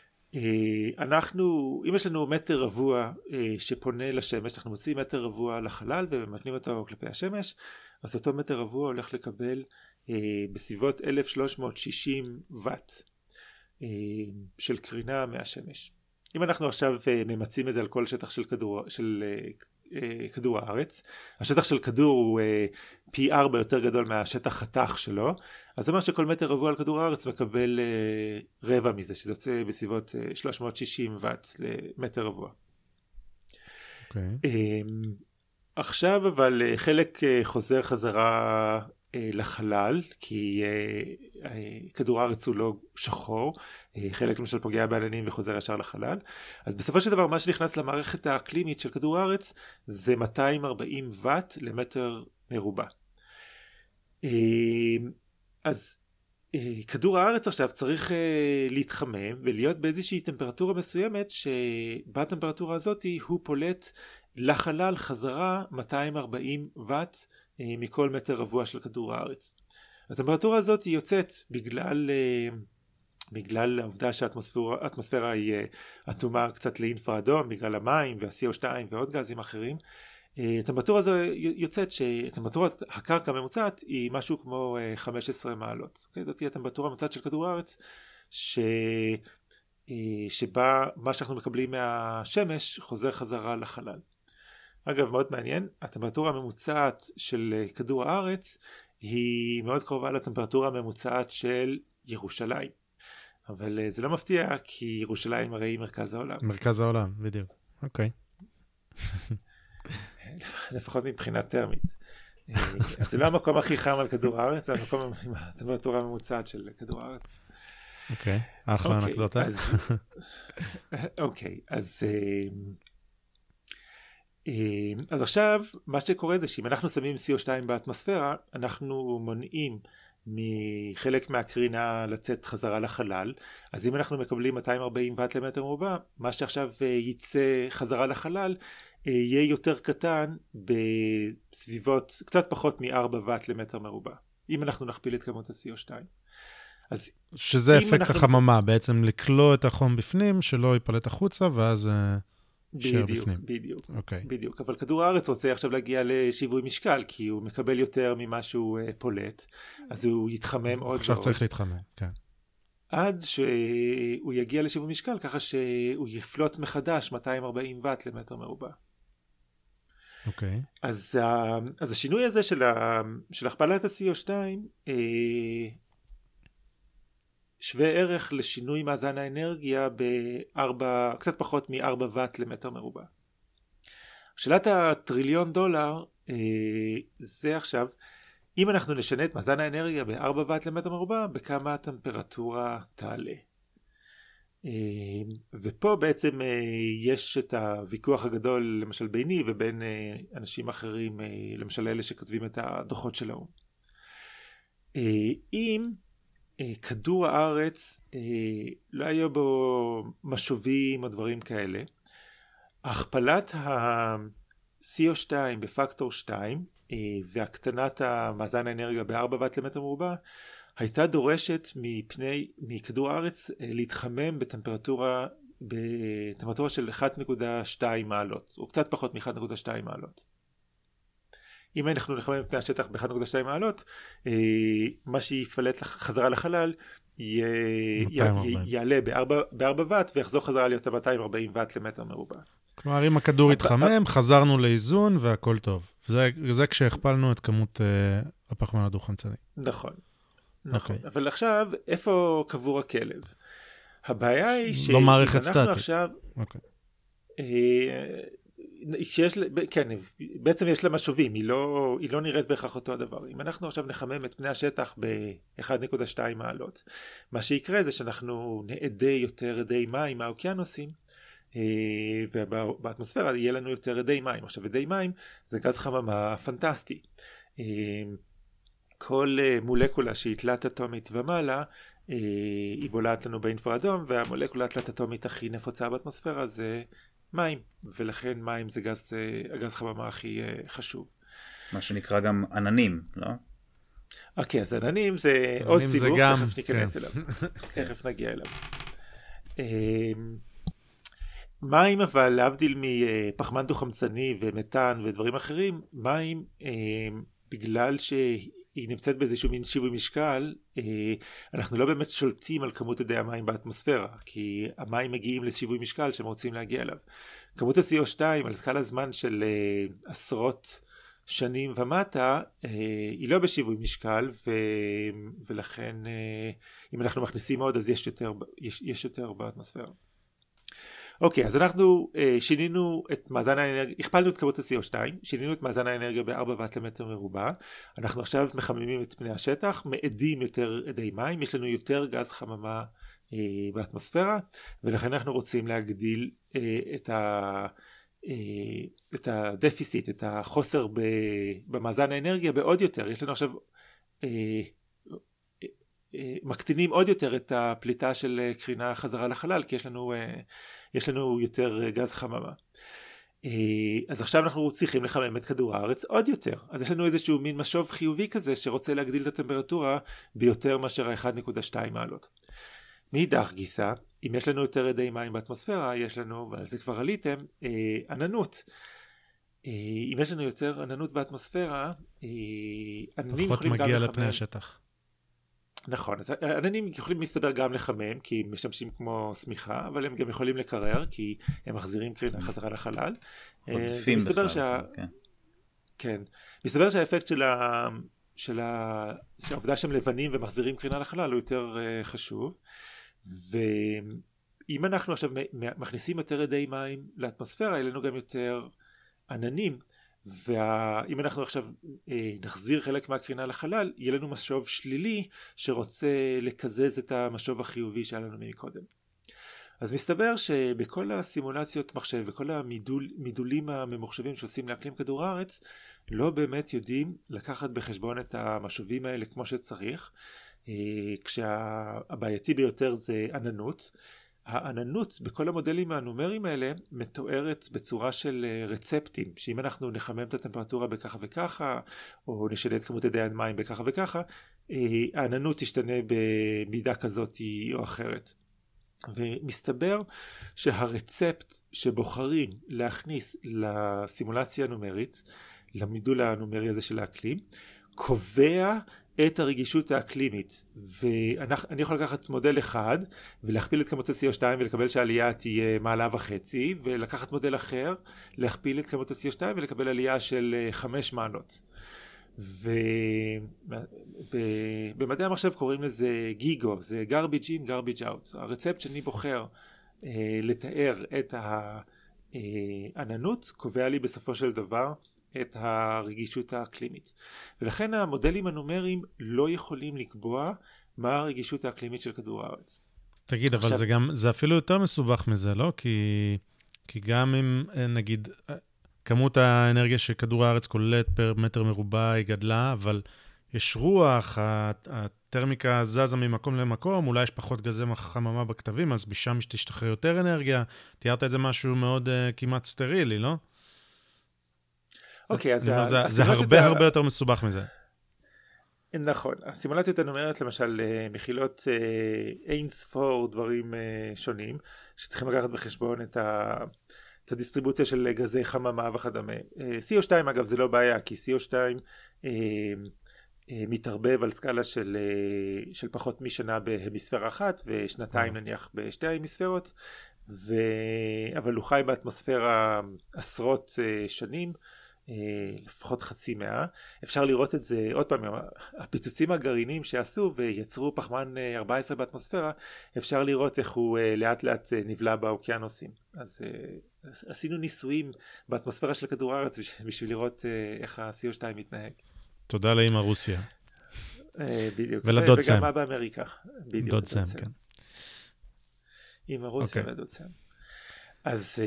D: אנחנו, אם יש לנו מטר רבוע שפונה לשמש, אנחנו מוצאים מטר רבוע לחלל ומפנים אותו כלפי השמש, אז אותו מטר רבוע הולך לקבל בסביבות אלף שלוש מאות שישים וואט. של קרינה מהשמש. אם אנחנו עכשיו ממצים את זה על כל שטח של כדור, של כדור הארץ, השטח של כדור הוא פי ארבע יותר גדול מהשטח חתך שלו, אז זה אומר שכל מטר רבוע על כדור הארץ מקבל רבע מזה, שזה יוצא בסביבות שלוש מאות ושישים ואט למטר רבוע.
B: אוקיי.
D: עכשיו אבל חלק חוזר חזרה לחלל, כי כדור הארץ הוא לא שחור, חלק למשל פוגע בעננים וחוזר ישר לחלל, אז בסופו של דבר מה שנכנס למערכת האקלימית של כדור הארץ זה מאתיים וארבעים ואט למטר מרובע. אז כדור הארץ עכשיו צריך להתחמם ולהיות באיזושהי טמפרטורה מסוימת, שבטמפרטורה הזאת הוא פולט לחלל חזרה מאתיים וארבעים ואט מכל מטר רבוע של כדור הארץ. הטמפרטורה הזאת היא יוצאת בגלל, בגלל העובדה שהאטמוספירה היא אטומה קצת לאינפרה אדום, בגלל המים וה-סי או שתיים ועוד גזים אחרים. הטמפרטורה הזו יוצאת שטמפרטורת הקרקע הממוצעת היא משהו כמו חמש עשרה מעלות. זאת היא הטמפרטורה הממוצעת של כדור הארץ, ש... שבה מה שאנחנו מקבלים מהשמש חוזר חזרה לחלל. אגב, מאוד מעניין, הטמפרטורה הממוצעת של כדור הארץ היא מאוד קרובה לטמפרטורה הממוצעת של ירושלים. אבל זה לא מפתיע, כי ירושלים הרי היא מרכז העולם. מרכז העולם,
B: בדיוק. אוקיי.
D: לפחות מבחינה טרמית. אז זה לא המקום הכי חם על כדור הארץ, זה המקום עם הטמפרטורה הממוצעת של כדור הארץ.
B: אוקיי, אחלה אנקדוטה.
D: אוקיי, אז... אז עכשיו מה שקורה זה שאם אנחנו שמים סי או שתיים באטמוספירה, אנחנו מונעים מחלק מהקרינה לצאת חזרה לחלל. אז אם אנחנו מקבלים מאתיים וארבעים ואט למטר מרובע, מה שעכשיו ייצא חזרה לחלל יהיה יותר קטן בסביבות קצת פחות מ-ארבע ואט למטר מרובע, אם אנחנו נכפיל את כמות ה-סי או שתיים. אז
B: שזה אפקט אנחנו... החממה, בעצם לקלוא את החום בפנים, שלא ייפלט החוצה, ואז שייר בפנים.
D: בדיוק,
B: okay.
D: בדיוק. אבל כדור הארץ רוצה עכשיו להגיע לשיווי משקל, כי הוא מקבל יותר ממה שהוא פולט, אז הוא יתחמם עוד
B: עכשיו
D: ועוד.
B: צריך להתחמם, כן.
D: עד שהוא יגיע לשיווי משקל, ככה שהוא יפלוט מחדש מאתיים וארבעים ואט למטר מרובע.
B: אוקיי.
D: Okay. אז, אז השינוי הזה של, ה, של הכפלת ה-סי או שתיים, אה, שווה ערך לשינוי מאזן האנרגיה בארבע, קצת פחות מ-ארבע ואט למטר מרובע. שאלת הטריליון דולר, אה, זה עכשיו, אם אנחנו נשנה את מאזן האנרגיה ב-ארבע ואט למטר מרובע, בכמה הטמפרטורה תעלה. אה, ופה בעצם אה, יש את הוויכוח הגדול, למשל ביני ובין אה, אנשים אחרים, אה, למשל אלה שכתבים את הדוחות של האו"ם. אה, אם כדור הארץ לא היה בו משובים או דברים כאלה, הכפלת ה-סי או שתיים בפקטור שתיים והקטנת המאזן האנרגיה ב-ארבע ואט למטר מרובע הייתה דורשת מפני, מכדור הארץ להתחמם בטמפרטורה, בטמפרטורה של אחת נקודה שתיים מעלות, או קצת פחות מ-אחת נקודה שתיים מעלות. אם אנחנו נחמם פני השטח ב-אחת נקודה שתיים מעלות, מה שיפלט חזרה לחלל יעלה ב-ארבע ואט ויחזור חזרה להיות מאתיים וארבעים ואט למטר מרובע.
B: כלומר, אם הכדור התחמם, חזרנו לאיזון והכל טוב. זה כשהכפלנו את כמות הפחמן הדו-חמצני.
D: נכון, נכון. אבל עכשיו, איפה קבור הכלב? הבעיה היא שאנחנו עכשיו...
B: אוקיי.
D: שיש, כן, בעצם יש לה משובים, היא לא, היא לא נראית בהכרח אותו הדבר. אם אנחנו עכשיו נחמם את פני השטח ב-אחת נקודה שתיים מעלות, מה שיקרה זה שאנחנו נעדה יותר עדי מים מהאוקיינוסים, ובאטמוספירה יהיה לנו יותר עדי מים. עכשיו, עדי מים זה גז חממה פנטסטי. כל מולקולה שהיא תלת אטומית ומעלה, היא בולעת לנו באינפרה אדום, והמולקולה התלת אטומית הכי נפוצה באטמוספירה זה מים, ולכן מים זה גז, הגז חממה הכי חשוב.
C: מה שנקרא גם עננים, לא?
D: אוקיי, אז עננים זה עוד סיבוב, גם... תכף ניכנס כן. אליו. תכף נגיע אליו. מים אבל להבדיל מפחמן דו-חמצני ומתאן ודברים אחרים, מים בגלל היא נמצאת באיזשהו מין שיווי משקל, אנחנו לא באמת שולטים על כמות אדי המים באטמוספירה, כי המים מגיעים לשיווי משקל שהם רוצים להגיע אליו. כמות ה-סי או שתיים על סקאלה זמן של עשרות שנים ומטה, היא לא בשיווי משקל, ו... ולכן אם אנחנו מכניסים עוד אז יש יותר, יש, יש יותר באטמוספירה. אוקיי, אז אנחנו uh, שינינו את מאזן האנרגיה, הכפלנו את כמות ה-סי או שתיים, שינינו את מאזן האנרגיה ב-ארבע ואט למטר מרובע, אנחנו עכשיו מחממים את פני השטח, מאדים יותר אדי מים, יש לנו יותר גז חממה uh, באטמוספירה, ולכן אנחנו רוצים להגדיל uh, את, ה, uh, את הדפיסיט, את החוסר ב, במאזן האנרגיה בעוד יותר, יש לנו עכשיו... Uh, מקטינים עוד יותר את הפליטה של קרינה חזרה לחלל, כי יש לנו, יש לנו יותר גז חממה. אז עכשיו אנחנו צריכים לחמם את כדור הארץ עוד יותר. אז יש לנו איזשהו מין משוב חיובי כזה שרוצה להגדיל את הטמפרטורה ביותר מאשר ה-אחת נקודה שתיים מעלות. מאידך גיסא, אם יש לנו יותר אדי מים באטמוספירה, יש לנו, ועל זה כבר עליתם, עננות. אם יש לנו יותר עננות באטמוספירה, עננים יכולים גם לחמם.
B: פחות מגיע לפני השטח.
D: נכון, אז עננים יכולים להסתבר גם לחמם, כי הם משמשים כמו סמיכה, אבל הם גם יכולים לקרר, כי הם מחזירים קרינה חזרה לחלל.
C: עודפים בכלל.
D: שה... כן. כן. מסתבר שהאפקט של, ה... של, ה... של העובדה שהם לבנים ומחזירים קרינה לחלל הוא יותר uh, חשוב. ואם אנחנו עכשיו מכניסים יותר אדי מים לאטמוספירה, יהיה לנו גם יותר עננים. ואם אנחנו עכשיו אה, נחזיר חלק מהקרינה לחלל, יהיה לנו משוב שלילי שרוצה לקזז את המשוב החיובי שהיה לנו מקודם. אז מסתבר שבכל הסימולציות מחשב וכל המידולים הממוחשבים שעושים לאקלים כדור הארץ, לא באמת יודעים לקחת בחשבון את המשובים האלה כמו שצריך, אה, כשהבעייתי ביותר זה עננות. העננות בכל המודלים הנומריים האלה מתוארת בצורה של רצפטים, שאם אנחנו נחמם את הטמפרטורה בככה וככה, או נשנה את כמות אדי המים בככה וככה, העננות תשתנה במידה כזאת או אחרת. ומסתבר שהרצפט שבוחרים להכניס לסימולציה הנומרית, למידול הנומרי הזה של האקלים, קובע את הרגישות האקלימית, ואני יכול לקחת מודל אחד ולהכפיל את כמות ה-סי או שתיים ולקבל שהעלייה תהיה מעלה וחצי, ולקחת מודל אחר, להכפיל את כמות ה-סי או שתיים ולקבל עלייה של חמש מעלות. ובמדעי המחשב קוראים לזה גיגו, זה garbage in, garbage out. הרצפט שאני בוחר אה, לתאר את העננות קובע לי בסופו של דבר את הרגישות האקלימית. ולכן המודלים הנומריים לא יכולים לקבוע מה הרגישות האקלימית של כדור הארץ.
B: תגיד, אבל עכשיו... זה גם, זה אפילו יותר מסובך מזה, לא? כי, כי גם אם, נגיד, כמות האנרגיה שכדור הארץ כוללת פר מטר מרובע היא גדלה, אבל יש רוח, הטרמיקה זזה ממקום למקום, אולי יש פחות גזי חממה בכתבים, אז משם תשתחרר יותר אנרגיה. תיארת את זה משהו מאוד uh, כמעט סטרילי, לא?
D: אוקיי, אז
B: זה הרבה הרבה יותר מסובך מזה.
D: נכון, הסימולציות הנומריות למשל מכילות אין ספור דברים שונים, שצריכים לקחת בחשבון את הדיסטריבוציה של גזי חממה וכדומה. סי או שתיים אגב זה לא בעיה, כי סי או שתיים מתערבב על סקאלה של, של פחות משנה בהמיספירה אחת, ושנתיים נניח בשתי ההמיספירות, ו... אבל הוא חי באטמוספירה עשרות שנים, לפחות חצי מאה. אפשר לראות את זה עוד פעם, הפיצוצים הגרעיניים שעשו ויצרו פחמן ארבע עשרה באטמוספירה, אפשר לראות איך הוא לאט לאט נבלע באוקיינוסים. אז עשינו ניסויים באטמוספירה של כדור הארץ בשביל לראות איך ה-סי או שתיים מתנהג.
B: תודה לאמא רוסיה.
D: בדיוק.
B: ולדוד סם.
D: וגם מה באמריקה. בדיוק.
B: דוד סם, כן.
D: אמא רוסיה ולדוד סם. אז...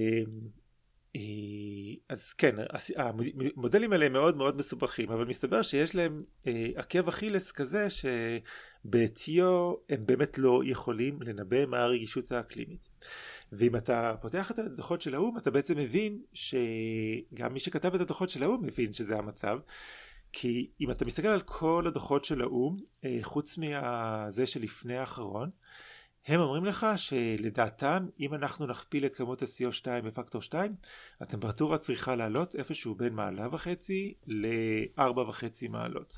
D: אז כן, המודלים האלה מאוד מאוד מסובכים, אבל מסתבר שיש להם עקב אכילס כזה שבעטיו הם באמת לא יכולים לנבא מה הרגישות האקלימית. ואם אתה פותח את הדוחות של האום, אתה בעצם מבין שגם מי שכתב את הדוחות של האום מבין שזה המצב, כי אם אתה מסתכל על כל הדוחות של האום, חוץ מזה שלפני האחרון, הם אומרים לך שלדעתם, אם אנחנו נכפיל את כמות ה-סי או שתיים בפקטור שתיים, הטמפרטורה צריכה לעלות איפשהו בין מעלה וחצי ל-ארבע וחצי מעלות.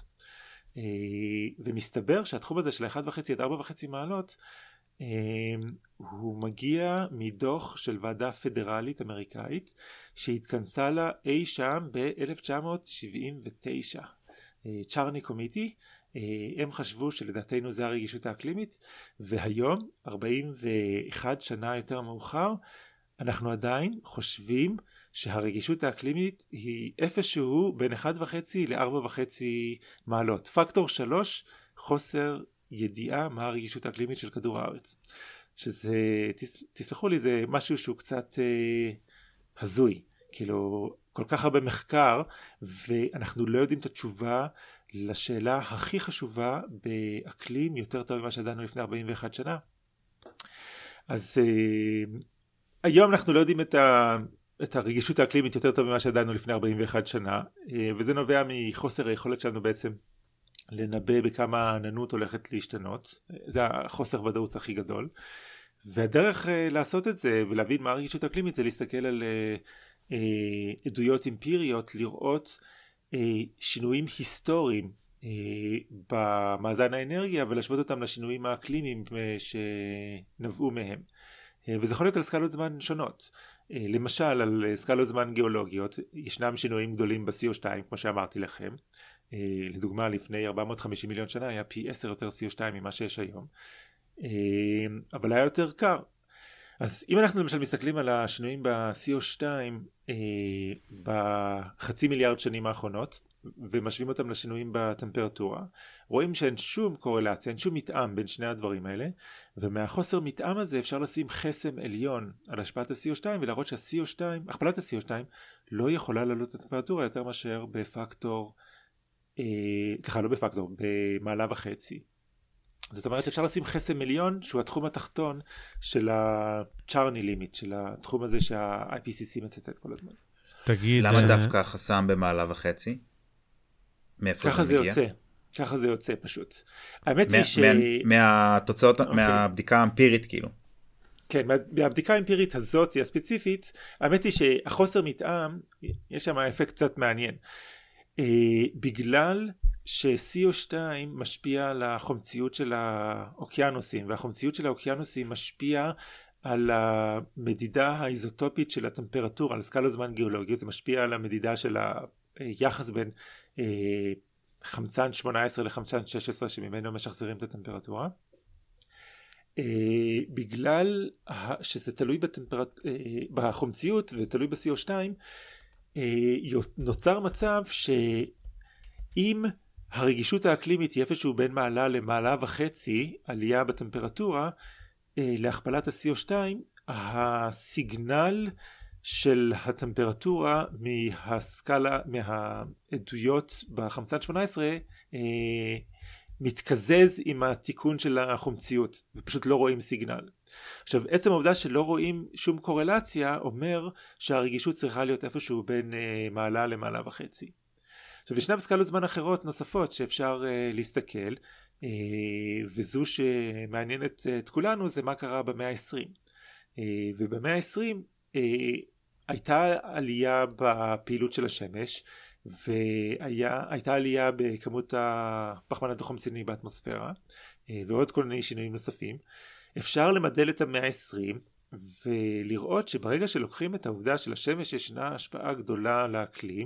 D: ומסתבר שהתחום הזה של אחד וחצי עד ארבע וחצי מעלות, הוא מגיע מדוח של ועדה פדרלית אמריקאית, שהתכנסה לה אי שם ב-אלף תשע מאות שבעים ותשע. צ'רני קומיטי, הם חשבו שלדעתנו זה הרגישות האקלימית, והיום, ארבעים ואחת שנה יותר מאוחר, אנחנו עדיין חושבים שהרגישות האקלימית היא איפשהו בין אחד וחצי לארבע וחצי מעלות. פקטור שלוש, חוסר ידיעה מה הרגישות האקלימית של כדור הארץ. שזה, תסלחו לי, זה משהו שהוא קצת אה, הזוי. כאילו, כל כך הרבה מחקר, ואנחנו לא יודעים את התשובה לשאלה הכי חשובה באקלים יותר טוב ממה שידענו לפני ארבעים ואחת שנה. אז אה, היום אנחנו לא יודעים את, ה, את הרגישות האקלימית יותר טוב ממה שידענו לפני ארבעים ואחת שנה, אה, וזה נובע מחוסר היכולת שלנו בעצם לנבא בכמה העננות הולכת להשתנות. זה החוסר ודאות הכי גדול. והדרך אה, לעשות את זה ולהבין מה הרגישות האקלימית זה להסתכל על אה, אה, עדויות אמפיריות, לראות אה, שינויים היסטוריים אה, במאזן האנרגיה ולהשוות אותם לשינויים האקלימיים אה, שנבעו מהם. אה, וזה יכול להיות על סקלות זמן שונות. אה, למשל על סקלות זמן גיאולוגיות ישנם שינויים גדולים ב-סי או שתיים כמו שאמרתי לכם. לדוגמה לפני ארבע מאות וחמישים מיליון שנה היה פי עשר יותר סי או שתיים ממה שיש היום, אבל היה יותר קר. אז אם אנחנו למשל מסתכלים על השינויים ב-סי או שתיים בחצי מיליארד שנים האחרונות ומשווים אותם לשינויים בטמפרטורה, רואים שאין שום קורלציה, אין שום מתאם בין שני הדברים האלה, ומהחוסר מתאם הזה אפשר לשים חסם עליון על השפעת ה-סי או שתיים ולהראות שה-סי או שתיים, הכפלת ה-סי או שתיים לא יכולה לעלות את הטמפרטורה יותר מאשר בפקטור סליחה, לא בפקטור, במעלה וחצי. זאת אומרת שאפשר לשים חסם מיליון שהוא התחום התחתון של הצ'רני לימיט, של התחום הזה שה-איי פי סי סי מצטט כל הזמן.
B: תגיד...
C: למה דווקא חסם במעלה וחצי? מאיפה
D: ככה
C: זה מגיע?
D: יוצא, ככה זה יוצא פשוט. האמת היא ש...
C: מהתוצאות, מהבדיקה האמפירית כאילו.
D: כן, מהבדיקה האמפירית הזאת הספציפית, האמת היא שהחוסר מתאם, יש שם אפקט קצת מעניין. Uh, בגלל ש-סי או שתיים משפיע על החומציות של האוקיינוסים, והחומציות של האוקיינוסים משפיע על המדידה האיזוטופית של הטמפרטורה, על סקלות זמן גיאולוגיות, זה משפיע על המדידה של היחס בין uh, חמצן שמונה עשרה לחמצן שש עשרה שממנו משחזרים את הטמפרטורה. Uh, בגלל שזה תלוי בטמפרט... uh, בחומציות ותלוי ב-סי או שתיים, נוצר מצב שאם הרגישות האקלימית היא איפשהו בין מעלה למעלה וחצי עלייה בטמפרטורה, להכפלת ה-סי או שתיים, הסיגנל של הטמפרטורה מהסקלה, מהעדויות בחמצן שמונה עשרה מתקזז עם התיקון של החומציות ופשוט לא רואים סיגנל. עכשיו עצם העובדה שלא רואים שום קורלציה אומר שהרגישות צריכה להיות איפשהו בין uh, מעלה למעלה וחצי. עכשיו ישנם סקלות זמן אחרות נוספות שאפשר uh, להסתכל uh, וזו שמעניינת uh, את כולנו זה מה קרה במאה ה-עשרים. Uh, ובמאה ה-עשרים uh, הייתה עלייה בפעילות של השמש והייתה עלייה בכמות הפחמן הדו-חמצני באטמוספירה ועוד כל מיני שינויים נוספים. אפשר למדל את המאה ה-עשרים ולראות שברגע שלוקחים את העובדה של השמש ישנה השפעה גדולה לאקלים,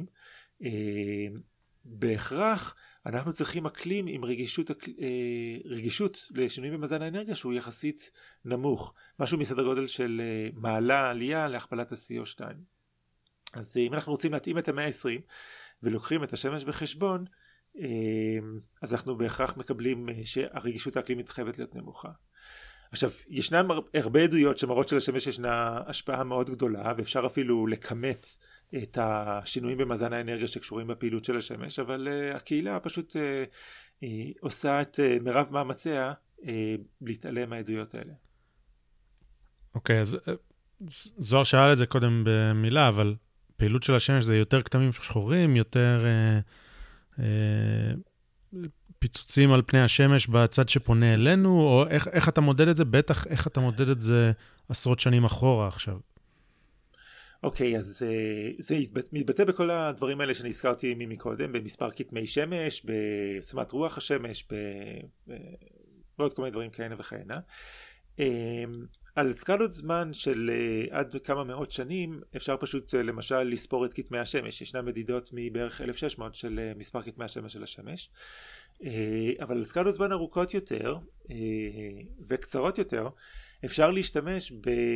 D: בהכרח אנחנו צריכים אקלים עם רגישות, רגישות לשינויים במאזן האנרגיה שהוא יחסית נמוך, משהו מסדר גודל של מעלה עלייה להכפלת ה-סי או שתיים. אז אם אנחנו רוצים להתאים את המאה ה-עשרים ולוקחים את השמש בחשבון, אז אנחנו בהכרח מקבלים שהרגישות האקלימית חייבת להיות נמוכה. עכשיו, ישנן הרבה עדויות שמראות שלשמש ישנה השפעה מאוד גדולה, ואפשר אפילו לכמת את השינויים במאזן האנרגיה שקשורים בפעילות של השמש, אבל הקהילה פשוט עושה את מרב מאמציה להתעלם מהעדויות האלה.
B: אוקיי, אז זוהר שאל את זה קודם במילה, אבל פעילות של השמש זה יותר כתמים שחורים, יותר אה, אה, פיצוצים על פני השמש בצד שפונה אלינו, או איך, איך אתה מודד את זה? בטח איך אתה מודד את זה עשרות שנים אחורה עכשיו.
D: אוקיי, אז זה מתבטא בכל הדברים האלה שנזכרתי מקודם, במספר כתמי שמש, בעוצמת רוח השמש, בעוד כל מיני דברים כאלה וכהנה. על סקלות זמן של עד כמה מאות שנים אפשר פשוט למשל לספור את כתמי השמש. ישנן מדידות מבערך אלף ושש מאות של מספר כתמי השמש של השמש, אבל על סקלות זמן ארוכות יותר וקצרות יותר אפשר להשתמש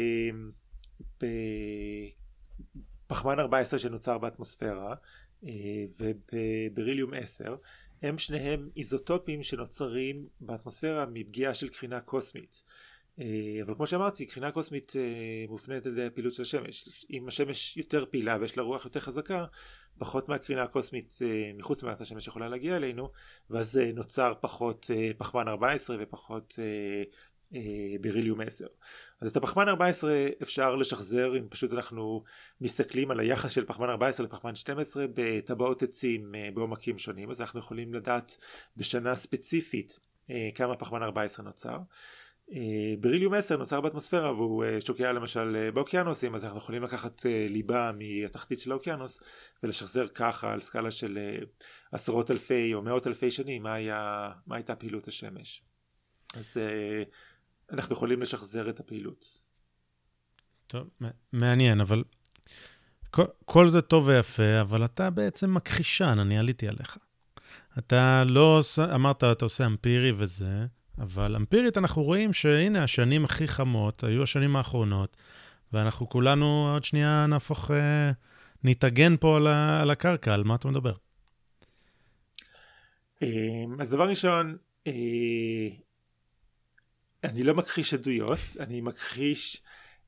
D: בפחמן ארבע עשרה שנוצר באטמוספירה ובבריליום עשר. הם שניהם איזוטופים שנוצרים באטמוספירה מפגיעה של קרינה קוסמית. אבל כמו שאמרתי, קרינה קוסמית מופנית על ידי הפעילות של השמש. אם השמש יותר פעילה ויש לה רוח יותר חזקה, פחות מהקרינה הקוסמית מחוץ למערכת השמש יכולה להגיע אלינו, ואז נוצר פחות פחמן ארבע עשרה ופחות בריליום עשר. אז את הפחמן ארבע עשרה אפשר לשחזר אם פשוט אנחנו מסתכלים על היחס של פחמן ארבע עשרה לפחמן שתים עשרה בטבעות עצים בעומקים שונים. אז אנחנו יכולים לדעת בשנה ספציפית כמה פחמן ארבע עשרה נוצר. בריליום עשר נוצר באטמוספירה והוא שוקע למשל באוקיינוסים, אז אנחנו יכולים לקחת ליבה מהתחתית של האוקיינוס ולשחזר ככה על סקאלה של עשרות אלפי או מאות אלפי שנים מה היה, מה הייתה פעילות השמש. אז אנחנו יכולים לשחזר את הפעילות.
B: טוב, מעניין, אבל כל, כל זה טוב ויפה, אבל אתה בעצם מכחישן, אני עליתי עליך. אתה לא אמרת, אתה עושה אמפירי וזה, אבל אמפירית אנחנו רואים שהנה השנים הכי חמות היו השנים האחרונות, ואנחנו כולנו עוד שנייה נהפוך, נתאגן פה על, ה, על הקרקע, על מה אתה מדבר?
D: אז דבר ראשון, אני לא מכחיש עדויות, אני מכחיש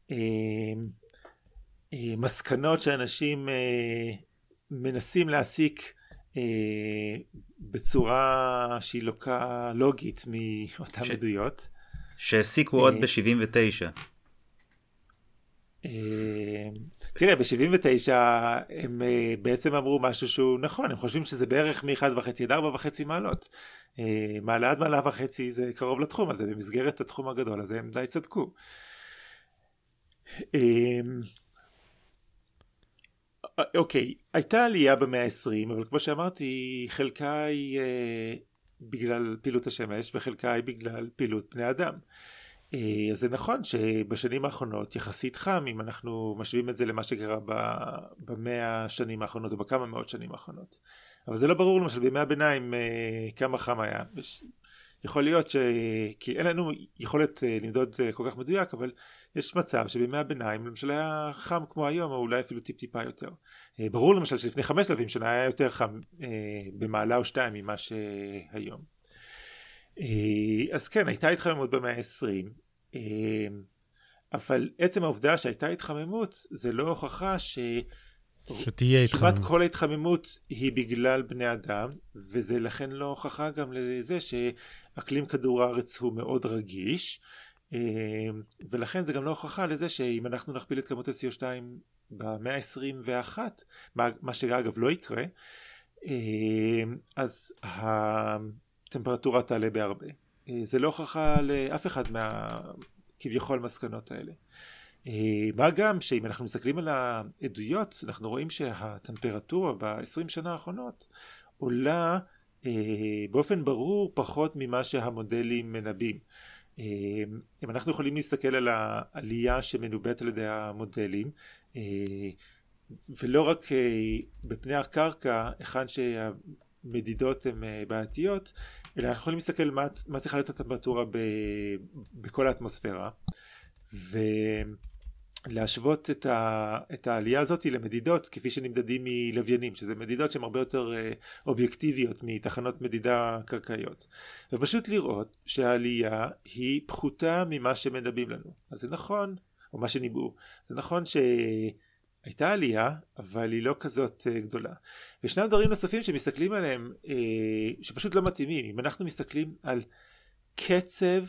D: מסקנות שאנשים מנסים להסיק בצורה שהיא לוגית מאותן עדויות.
C: שהסיקו עוד ב-שבעים ותשע.
D: תראה, ב-שבעים ותשע הם בעצם אמרו משהו שהוא נכון, הם חושבים שזה בערך מ-אחת וחצי עד ארבע וחצי מעלות. מעלה עד מעלה וחצי זה קרוב לתחום הזה, במסגרת התחום הגדול הזה הם די צדקו. אוקיי, הייתה עלייה במאה ה-עשרים, אבל כמו שאמרתי, חלקה היא אה, בגלל פעילות השמש וחלקה היא בגלל פעילות בני אדם. אה, אז זה נכון שבשנים האחרונות יחסית חם, אם אנחנו משווים את זה למה שקרה במאה השנים האחרונות או בכמה מאות שנים האחרונות. אבל זה לא ברור למשל בימי הביניים אה, כמה חם היה. יכול להיות ש... כי אין לנו יכולת למדוד כל כך מדויק, אבל יש מצב שבימי הביניים למשל היה חם כמו היום, או אולי אפילו טיפ טיפה יותר. ברור למשל שלפני חמשת אלפים שנה היה יותר חם במעלה או שתיים ממה שהיום. אז כן, הייתה התחממות במאה ה-עשרים, אבל עצם העובדה שהייתה התחממות זה לא הוכחה ש...
B: שתהיה התחממות.
D: כמעט כל ההתחממות היא בגלל בני אדם, וזה לכן לא הוכחה גם לזה שאקלים כדור הארץ הוא מאוד רגיש, ולכן זה גם לא הוכחה לזה שאם אנחנו נכפיל את כמות ה-סי או שתיים במאה ה-עשרים ואחת, מה שאגב לא יקרה, אז הטמפרטורה תעלה בהרבה. זה לא הוכחה לאף אחד מהכביכול מסקנות האלה. מה גם שאם אנחנו מסתכלים על העדויות, אנחנו רואים שהטמפרטורה ב-עשרים שנה האחרונות עולה באופן ברור פחות ממה שהמודלים מנבאים. אם אנחנו יכולים להסתכל על העלייה שמנובאת על ידי המודלים, ולא רק בפני הקרקע, היכן שהמדידות הן בעייתיות, אלא אנחנו יכולים להסתכל מה, מה צריכה להיות הטמפרטורה ב, בכל האטמוספירה, ולהשוות את, ה, את העלייה הזאת למדידות כפי שנמדדים מלוויינים, שזה מדידות שהן הרבה יותר אובייקטיביות מתחנות מדידה קרקעיות, ופשוט לראות שהעלייה היא פחותה ממה שמנבאים לנו. אז זה נכון, או מה שניבאו, זה נכון שהייתה עלייה, אבל היא לא כזאת גדולה. וישנם דברים נוספים שמסתכלים עליהם שפשוט לא מתאימים. אם אנחנו מסתכלים על קצב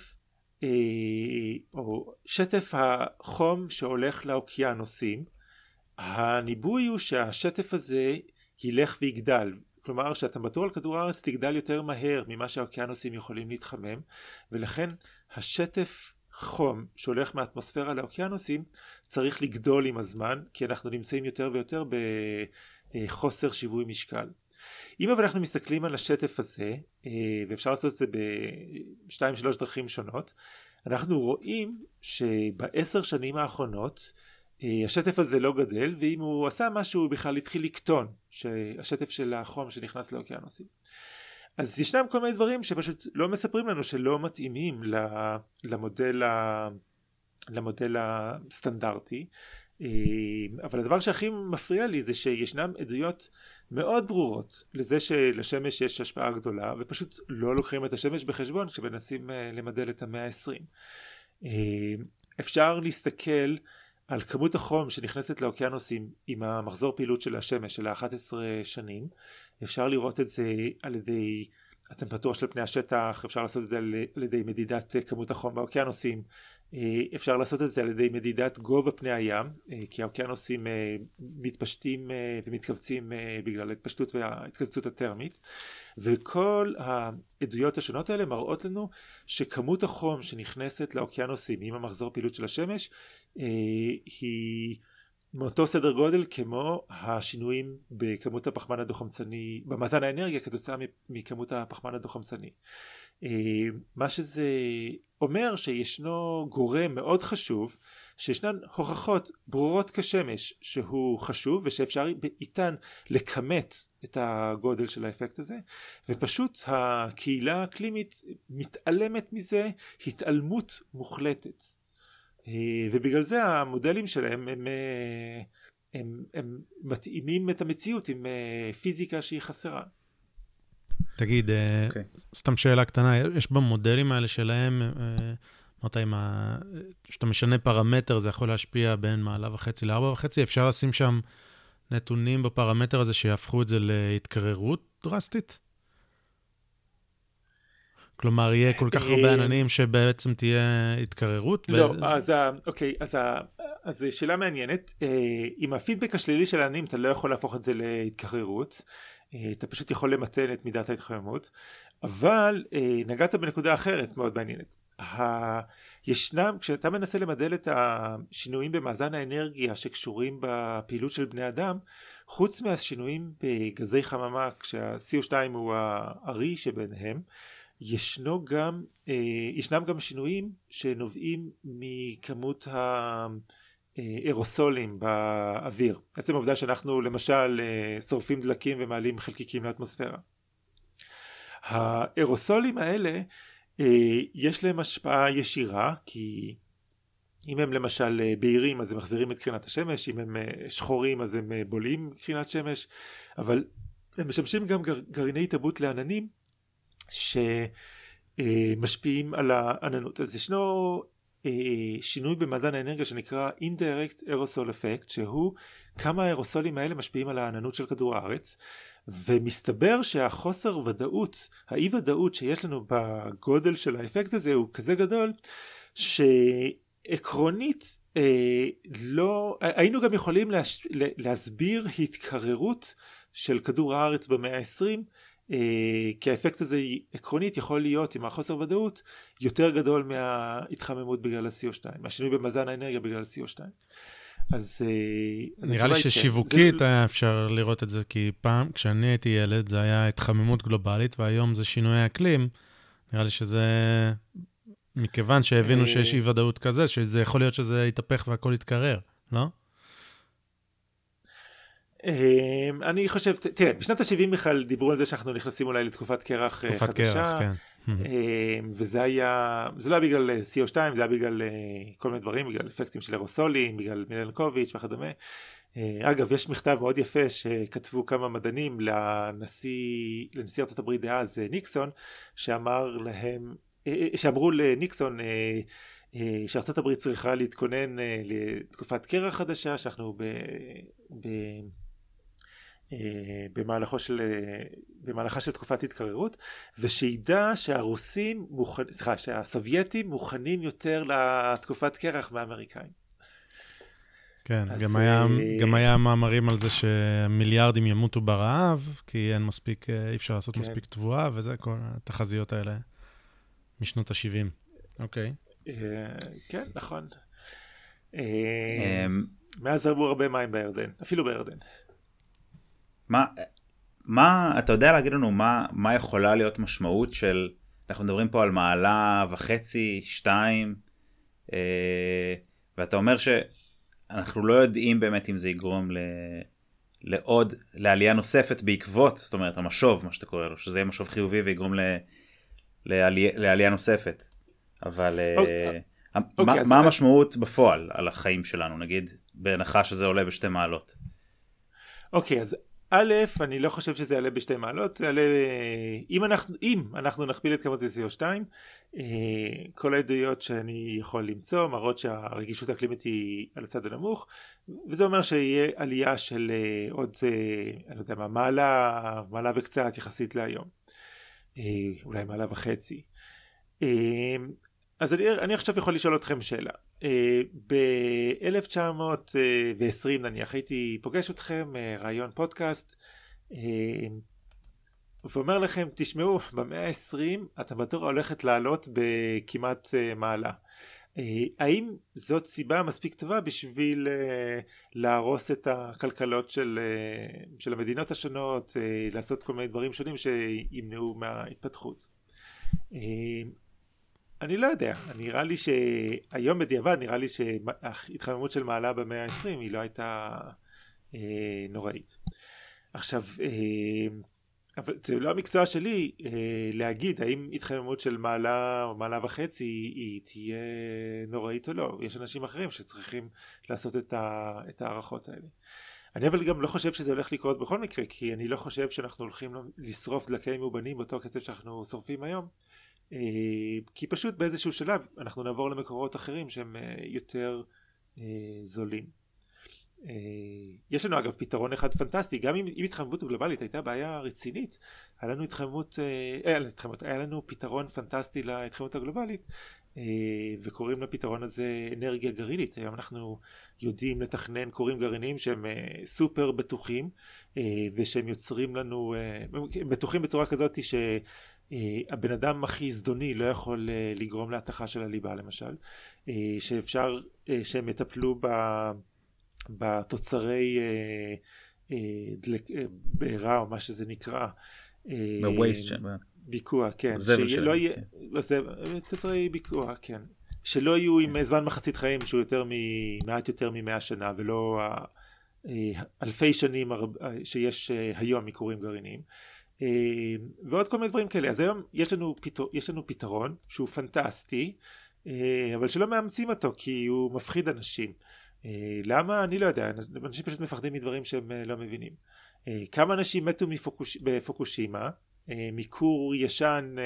D: או שטף החום שהולך לאוקיינוסים, הניבוי הוא שהשטף הזה ילך ויגדל. כלומר שהטמפרטורה על כדור הארץ תגדל יותר מהר ממה שהאוקיינוסים יכולים להתחמם, ולכן השטף חום שהולך מהאטמוספירה לאוקיינוסים צריך לגדול עם הזמן, כי אנחנו נמצאים יותר ויותר בחוסר שיווי משקל. אם אבל אנחנו מסתכלים על השטף הזה, ואפשר לעשות את זה בשתיים שלוש דרכים שונות, אנחנו רואים שבעשר שנים האחרונות השטף הזה לא גדל, ואם הוא עשה משהו הוא בכלל התחיל לקטון, השטף של החום שנכנס לאוקיינוסים. אז ישנם כל מיני דברים שפשוט לא מספרים לנו שלא מתאימים למודל, למודל הסטנדרטי, אבל הדבר שהכי מפריע לי זה שישנם עדויות מאוד ברורות לזה שלשמש יש השפעה גדולה, ופשוט לא לוקחים את השמש בחשבון כשמנסים למדל את המאה ה-עשרים. אפשר להסתכל על כמות החום שנכנסת לאוקיינוסים עם המחזור פעילות של השמש של ה-אחת עשרה שנים. אפשר לראות את זה על ידי הטמפרטורה של פני השטח, אפשר לעשות את זה על ידי מדידת כמות החום באוקיינוסים, אפשר לעשות את זה על ידי מדידת גובה פני הים, כי האוקיינוסים מתפשטים ומתכווצים בגלל ההתפשטות וההתכווצות הטרמית, וכל העדויות השונות האלה מראות לנו שכמות החום שנכנסת לאוקיינוסים עם המחזור פעילות של השמש היא מאותו סדר גודל כמו השינויים בכמות הפחמן הדו-חמצני, במאזן האנרגיה כתוצאה מכמות הפחמן הדו-חמצני. מה שזה אומר שישנו גורם מאוד חשוב, שישנן הוכחות ברורות כשמש שהוא חשוב ושאפשר איתן לכמת את הגודל של האפקט הזה, ופשוט הקהילה האקלימית מתעלמת מזה התעלמות מוחלטת. ובגלל זה המודלים שלהם הם, הם, הם מתאימים את המציאות עם פיזיקה שהיא חסרה.
B: תגיד, okay. סתם שאלה קטנה, יש במודלים האלה שלהם, אמרת, שאתה משנה פרמטר, זה יכול להשפיע בין מעלה וחצי לארבע וחצי, אפשר לשים שם נתונים בפרמטר הזה שיהפכו את זה להתקררות דרסטית? כלומר, יהיה כל כך הרבה עננים שבעצם תהיה התקררות?
D: לא, אז אוקיי, אז שאלה מעניינת. עם הפידבק השלילי של העננים, אתה לא יכול להפוך את זה להתקררות, אתה פשוט יכול למתן את מידת ההתחממות, אבל נגעת בנקודה אחרת מאוד מעניינת. ישנם, כשאתה מנסה למדל את השינויים במאזן האנרגיה שקשורים בפעילות של בני אדם, חוץ מהשינויים בגזי חממה, כשה-סי או שתיים הוא הארי שביניהם, ישנו גם, ישנם גם שינויים שנובעים מכמות האירוסולים באוויר. עצם העובדה שאנחנו למשל שורפים דלקים ומעלים חלקיקים לאטמוספירה. האירוסולים האלה יש להם השפעה ישירה, כי אם הם למשל בהירים אז הם מחזירים את קרינת השמש, אם הם שחורים אז הם בולעים קרינת שמש, אבל הם משמשים גם גרעיני התאבות לעננים, שמשפיעים על העננות. אז ישנו שינוי במאזן האנרגיה שנקרא Indirect Aerosol Effect, שהוא כמה האירוסולים האלה משפיעים על העננות של כדור הארץ, ומסתבר שהחוסר ודאות, האי ודאות שיש לנו בגודל של האפקט הזה הוא כזה גדול, שעקרונית לא, היינו גם יכולים להש... להסביר התקררות של כדור הארץ במאה ה-עשרים, Uh, כי האפקט הזה עקרונית יכול להיות עם החוסר ודאות יותר גדול מההתחממות בגלל ה-סי או שתיים, השינוי במאזן האנרגיה בגלל ה-סי או שתיים. אז uh,
B: נראה לי ששיווקית זה... היה אפשר לראות את זה, כי פעם כשאני הייתי ילד זה היה התחממות גלובלית, והיום זה שינוי אקלים. נראה לי שזה מכיוון שהבינו שיש אי ודאות כזה, שזה יכול להיות שזה יתהפך והכל יתקרר, לא?
D: אני חושב, תראה, בשנת ה-שבעים בכלל דיברו על זה שאנחנו נכנסים אולי לתקופת קרח חדשה. תקופת קרח, כן. וזה היה, זה לא היה בגלל סי או שתיים, זה היה בגלל כל מיני דברים, בגלל אפקטים של אירוסולים, בגלל מילנקוביץ' וכדומה. אגב, יש מכתב מאוד יפה שכתבו כמה מדענים לנשיא, לנשיא ארצות הברית דאז ניקסון, שאמר להם, שאמרו לניקסון, שארצות הברית צריכה להתכונן לתקופת קרח חדשה, שאנחנו ב... ב במהלכו של, במהלכה של תקופת התקררות, ושידע שהרוסים, מוכן, סליחה, שהסובייטים מוכנים יותר לתקופת קרח מהאמריקאים.
B: כן, גם היה, גם היה מאמרים על זה שמיליארדים ימותו ברעב, כי אין מספיק, אי אפשר לעשות מספיק תבואה, וזה כל התחזיות האלה משנות ה-שבעים. אוקיי.
D: כן, נכון. מאז זרמו הרבה מים בירדן, אפילו בירדן.
C: מה, מה, אתה יודע להגיד לנו מה, מה יכולה להיות משמעות של, אנחנו מדברים פה על מעלה וחצי, שתיים, ואתה אומר ש... אנחנו לא יודעים באמת אם זה יגרום ל... לעוד, לעלייה נוספת בעקבות, זאת אומרת, המשוב, מה שאתה קורא לו, שזה יהיה משוב חיובי ויגרום ל... לעלייה, לעלייה נוספת. אבל אוקיי, uh, אוקיי, מה, מה המשמעות בפועל על החיים שלנו, נגיד, בהנחה שזה עולה בשתי מעלות?
D: אוקיי, אז א', אני לא חושב שזה יעלה בשתי מעלות, יעלה, אם אנחנו, אם אנחנו נכפיל את כמות ה-סי או טו, כל העדויות שאני יכול למצוא מראות שהרגישות האקלימית היא על הצד הנמוך, וזה אומר שיהיה עלייה של עוד, אני לא יודע מה, מעלה, מעלה וקצת יחסית להיום, אולי מעלה וחצי. אז אני, אני עכשיו יכול לשאול אתכם שאלה. ב-אלף תשע מאות ועשרים נניח הייתי פוגש אתכם, רעיון פודקאסט, ואומר לכם, תשמעו, במאה ה-עשרים הטמפרטורה הולכת לעלות בכמעט מעלה. האם זאת סיבה מספיק טובה בשביל להרוס את הכלכלות של, של המדינות השונות, לעשות כל מיני דברים שונים שימנעו מההתפתחות? אני לא יודע, נראה לי שהיום בדיעבד נראה לי שההתחממות של מעלה במאה ה-עשרים היא לא הייתה אה, נוראית. עכשיו, אה, אבל זה לא המקצוע שלי אה, להגיד האם התחממות של מעלה או מעלה וחצי היא, היא תהיה נוראית או לא. יש אנשים אחרים שצריכים לעשות את, ה, את הערכות האלה. אני אבל גם לא חושב שזה הולך לקרות בכל מקרה, כי אני לא חושב שאנחנו הולכים לשרוף דלקי מאובנים באותו קצב שאנחנו שורפים היום. כי פשוט באיזשהו שלב אנחנו נעבור למקורות אחרים שהם יותר זולים. יש לנו אגב פתרון אחד פנטסטי, גם אם התחממות גלובלית הייתה בעיה רצינית, היה לנו התחממות, היה לנו פתרון פנטסטי להתחממות הגלובלית, וקוראים לפתרון הזה אנרגיה גרעינית. היום אנחנו יודעים לתכנן כורים גרעיניים שהם סופר בטוחים, ושהם יוצרים לנו, בטוחים בצורה כזאת ש הבן אדם הכי זדוני לא יכול לגרום להתחה של הליבה למשל, שאפשר שהם יטפלו בתוצרי בעירה או מה שזה נקרא,
C: בווייסט,
D: ביקוע, כן, שלא יהיה, תוצרי ביקוע, כן, שלא יהיו עם זמן מחצית חיים שהוא יותר מעט יותר ממאה שנה ולא אלפי שנים שיש היום מכורים גרעיניים. ועוד כל מיני דברים כאלה. אז היום יש לנו, פתר, יש לנו פתרון שהוא פנטסטי, אבל שלא מאמצים אותו כי הוא מפחיד אנשים. למה? אני לא יודע. אנשים פשוט מפחדים מדברים שהם לא מבינים. כמה אנשים מתו מפוקוש... בפוקושימה, מקור ישן,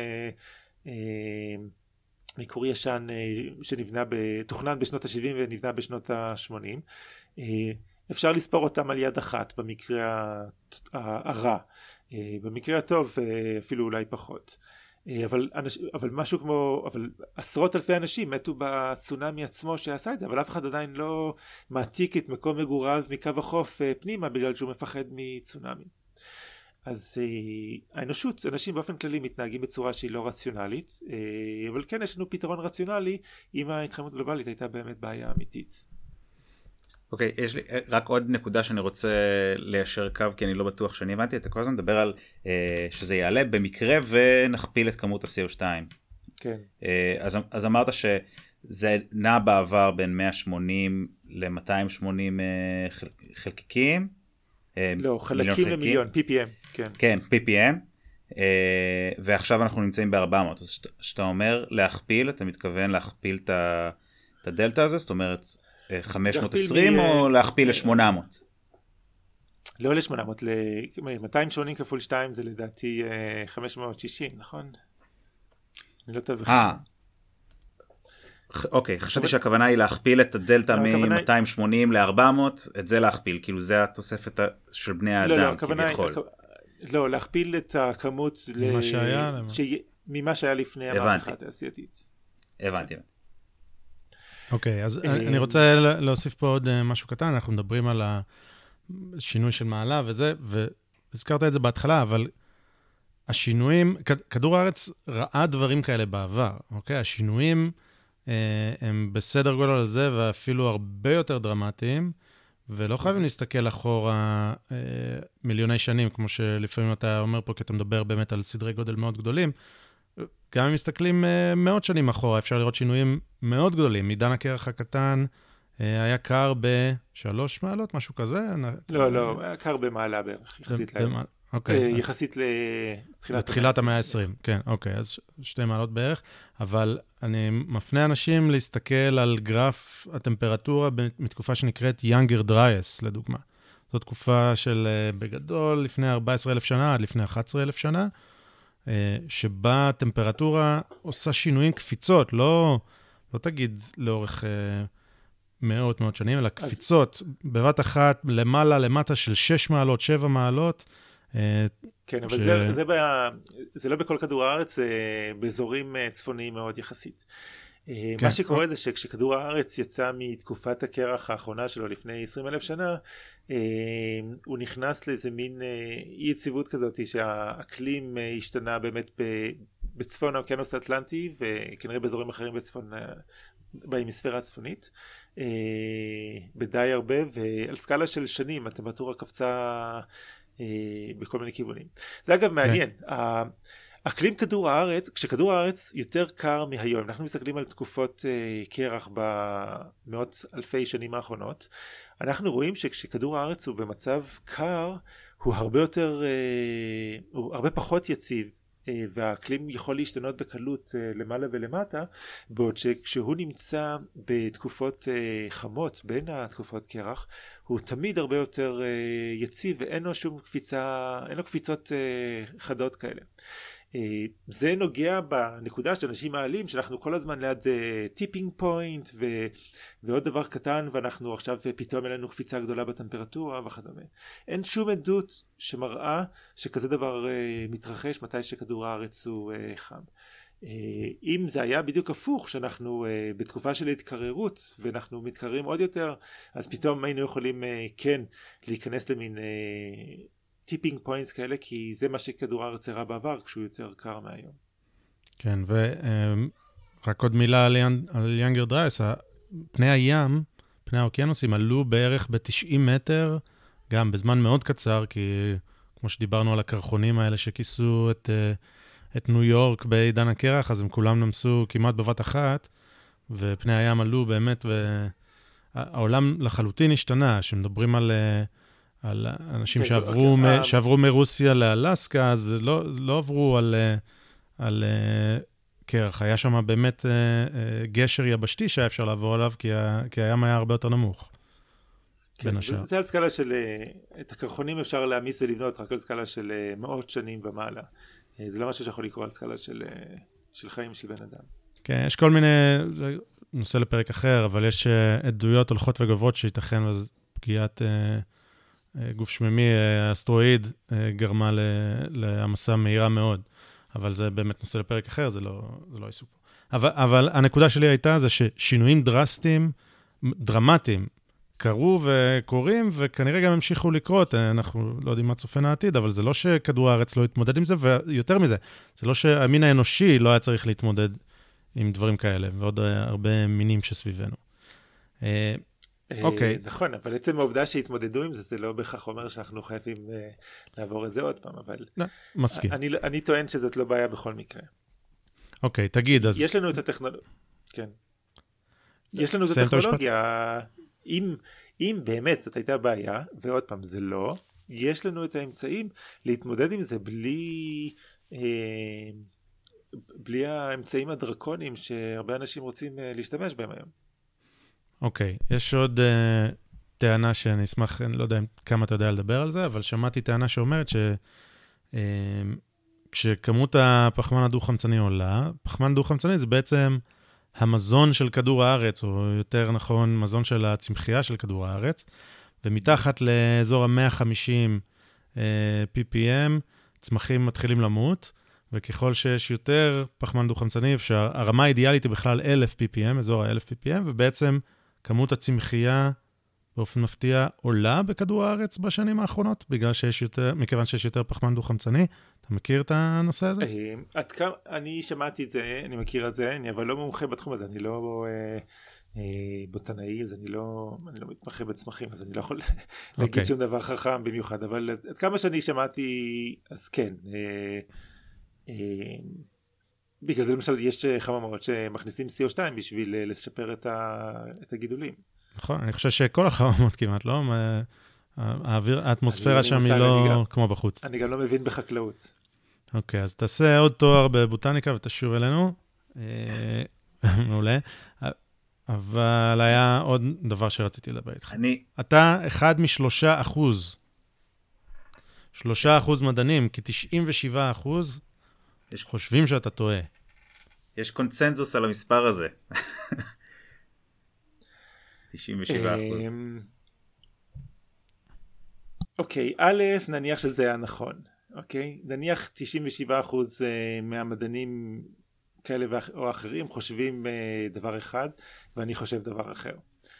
D: מקור ישן שנבנה, תוכנן בשנות ה-שבעים ונבנה בשנות ה-שמונים. אפשר לספור אותם על יד אחת במקרה הרע. במקרה הטוב אפילו אולי פחות. אבל, אנש, אבל משהו כמו, אבל עשרות אלפי אנשים מתו בצונאמי עצמו שעשה את זה, אבל אף אחד עדיין לא מעתיק את מקום מגוריו מקו החוף פנימה בגלל שהוא מפחד מצונאמי. אז האנושות, אנשים באופן כללי מתנהגים בצורה שהיא לא רציונלית, אבל כן יש לנו פתרון רציונלי אם ההתחממות גלובלית הייתה באמת בעיה אמיתית.
C: אוקיי, okay, יש לי רק עוד נקודה שאני רוצה ליישר קו, כי אני לא בטוח שאני הבנתי. אתה כל הזמן מדבר על uh, שזה יעלה במקרה ונכפיל את כמות ה-סי או טו.
D: כן.
C: Uh, אז, אז אמרת שזה נע בעבר בין מאה ושמונים ל-מאתיים ושמונים uh, חל, חלקיקים. Uh,
D: לא, חלקים למיליון, פי פי אם. כן,
C: כן, פי פי אם. Uh, ועכשיו אנחנו נמצאים ב-ארבע מאות. אז שאתה אומר להכפיל, אתה מתכוון להכפיל את, ה, את הדלטה הזה? זאת אומרת... חמש מאות ועשרים או להכפיל ל-שמונה מאות?
D: לא ל-שמונה מאות, ל-מאתיים ושמונים כפול שתיים זה לדעתי חמש מאות ושישים, נכון? אני לא טוב.
C: אה, אוקיי, חשבתי שהכוונה היא להכפיל את הדלטה מ-מאתיים ושמונים ל-ארבע מאות, את זה להכפיל, כאילו זה התוספת של בני האדם כביכול.
D: לא, להכפיל את הכמות
B: ממה
D: שהיה לפני המהפכה התעשייתית.
C: הבנתי.
B: אוקיי, אז אני רוצה להוסיף פה עוד משהו קטן, אנחנו מדברים על השינוי של מעלה וזה, והזכרת את זה בהתחלה, אבל השינויים, כדור הארץ ראה דברים כאלה בעבר, אוקיי? השינויים הם בסדר גודל הזה, ואפילו הרבה יותר דרמטיים, ולא חייבים להסתכל אחורה מיליוני שנים, כמו שלפעמים אתה אומר פה, כי אתה מדבר באמת על סדרי גודל מאוד גדולים, גם אם מסתכלים מאות שנים אחורה, אפשר לראות שינויים מאוד גדולים. עידן הקרח הקטן היה קר בשלוש מעלות, משהו כזה?
D: לא, לא, היה קר במעלה בערך, יחסית להיום.
B: אוקיי.
D: יחסית
B: לתחילת המאה ה-עשרים. כן, אוקיי, אז שתי מעלות בערך, אבל אני מפנה אנשים להסתכל על גרף הטמפרטורה מתקופה שנקראת Younger Dryas, לדוגמה. זו תקופה של בגדול לפני ארבעה עשר אלף שנה עד לפני אחת עשרה אלף שנה, שבה הטמפרטורה עושה שינויים קפיצות, לא, לא תגיד לאורך מאות מאות שנים, אלא קפיצות בבת אחת למעלה, למטה של שש מעלות, שבע מעלות.
D: כן, אבל זה, זה, ב, זה לא בכל כדור הארץ, זה באזורים צפוניים מאוד יחסית. כן. מה שקורה זה שכשכדור הארץ יצא מתקופת הקרח האחרונה שלו לפני עשרים אלף שנה, הוא נכנס לאיזה מין אי יציבות כזאת שהאקלים השתנה באמת בצפון האוקיינוס האטלנטי וכנראה באזורים אחרים בצפון, בהמיספירה הצפונית, בדי הרבה, ועל סקאלה של שנים הטמפרטורה קפצה בכל מיני כיוונים. זה אגב מעניין. כן. אקלים כדור הארץ, כשכדור הארץ יותר קר מהיום, אנחנו מסתכלים על תקופות אה, קרח במאות אלפי שנים האחרונות, אנחנו רואים שכשכדור הארץ הוא במצב קר, הוא הרבה יותר, אה, הוא הרבה פחות יציב, אה, והאקלים יכול להשתנות בקלות אה, למעלה ולמטה, בעוד שכשהוא נמצא בתקופות אה, חמות, בין התקופות קרח, הוא תמיד הרבה יותר אה, יציב, ואין לו שום קפיצה, אין לו קפיצות אה, חדות כאלה. זה נוגע בנקודה שאנשים מעלים שאנחנו כל הזמן ליד טיפינג פוינט ו... ועוד דבר קטן ואנחנו עכשיו פתאום אין לנו קפיצה גדולה בטמפרטורה וכדומה. אין שום עדות שמראה שכזה דבר מתרחש מתי שכדור הארץ הוא חם. אם זה היה בדיוק הפוך שאנחנו בתקופה של התקררות ואנחנו מתקררים עוד יותר, אז פתאום היינו יכולים כן להיכנס למין טיפינג פוינטס כאלה, כי זה מה שכדור הארץ הראה בעבר, כשהוא יותר קר מהיום.
B: כן, ורק עוד מילה על יאנגר דרייס, פני הים, פני האוקיינוסים, עלו בערך ב-תשעים מטר, גם בזמן מאוד קצר, כי כמו שדיברנו על הקרחונים האלה שכיסו את, את ניו יורק בעידן הקרח, אז הם כולם נמסו כמעט בבת אחת, ופני הים עלו באמת, והעולם לחלוטין השתנה, שמדברים על... על אנשים כן, שעברו, מ, okay. שעברו מרוסיה לאלסקה, אז לא, לא עברו על, על קרח. היה שם באמת גשר יבשתי שהיה אפשר לעבור עליו, כי, ה, כי הים היה הרבה יותר נמוך.
D: כן, זה על סקאלה של, את הקרחונים אפשר להמיס ולבנות רק על סקאלה של מאות שנים ומעלה. זה לא משהו שיכול לקרוא על סקאלה של, של חיים של בן אדם.
B: כן, יש כל מיני, זה נושא לפרק אחר, אבל יש עדויות הולכות וגוברות שייתכן פגיעת... גוף שממי, אסטרואיד, גרמה להמסה מהירה מאוד. אבל זה באמת נושא לפרק אחר, זה לא, זה לא עיסוק פה. אבל, אבל הנקודה שלי הייתה זה ששינויים דרסטיים, דרמטיים, קרו וקורים, וכנראה גם המשיכו לקרות. אנחנו לא יודעים מה צופן העתיד, אבל זה לא שכדור הארץ לא התמודד עם זה, ויותר מזה, זה לא שהמין האנושי לא היה צריך להתמודד עם דברים כאלה, ועוד הרבה מינים שסביבנו.
D: אוקיי. נכון, אבל עצם העובדה שהתמודדו עם זה, זה לא בכך אומר שאנחנו חייבים לעבור את זה עוד פעם, אבל...
B: מסכים.
D: אני טוען שזאת לא בעיה בכל מקרה.
B: אוקיי, תגיד, אז...
D: יש לנו את הטכנולוגיה, כן. יש לנו את הטכנולוגיה, אם באמת זאת הייתה בעיה, ועוד פעם, זה לא, יש לנו את האמצעים להתמודד עם זה בלי... בלי האמצעים הדרקוניים שהרבה אנשים רוצים להשתמש בהם היום.
B: אוקיי, okay. יש עוד uh, טענה שאני אשמח, אני לא יודע כמה אתה יודע לדבר על זה, אבל שמעתי טענה שאומרת שכשכמות uh, הפחמן הדו-חמצני עולה, פחמן דו-חמצני זה בעצם המזון של כדור הארץ, או יותר נכון, מזון של הצמחייה של כדור הארץ, ומתחת לאזור ה-מאה וחמישים פי פי אם, צמחים מתחילים למות, וככל שיש יותר פחמן דו-חמצני, הרמה האידיאלית היא בכלל אלף פי פי אם, אזור ה-אלף פי פי אם, ובעצם כמות הצמחייה באופן מפתיע עולה בכדור הארץ בשנים האחרונות, בגלל שיש יותר, מכיוון שיש יותר פחמן דו-חמצני. אתה מכיר את הנושא הזה?
D: עד כמה, אני שמעתי את זה, אני מכיר את זה, אני אבל לא מומחה בתחום הזה, אני לא אה, אה, בוטנאי, אז אני לא, אני לא מתמחה בצמחים, אז אני לא יכול להגיד שום דבר חכם במיוחד, אבל עד כמה שאני שמעתי, אז כן. אה, אה, בגלל זה למשל יש חממות שמכניסים סי או שתיים בשביל לשפר את, ה, את הגידולים.
B: נכון, אני חושב שכל החממות כמעט, לא? האוויר, האטמוספירה שם היא לא כמו בחוץ.
D: אני גם לא מבין בחקלאות.
B: אוקיי, אז תעשה עוד תואר בבוטניקה ותשוב אלינו. מעולה. אבל היה עוד דבר שרציתי לדבר איתך.
C: אני...
B: אתה אחד משלושה אחוז. שלושה אחוז מדענים, כי תשעים ושבעה אחוז
C: יש...
B: חושבים שאתה טועה.
C: יש קונצנזוס על המספר הזה. תשעים ושבעה אחוז.
D: אוקיי, א', נניח שזה היה נכון. אוקיי? נניח תשעים ושבעה אחוז מהמדענים כאלה או אחרים חושבים דבר אחד, ואני חושב דבר אחר.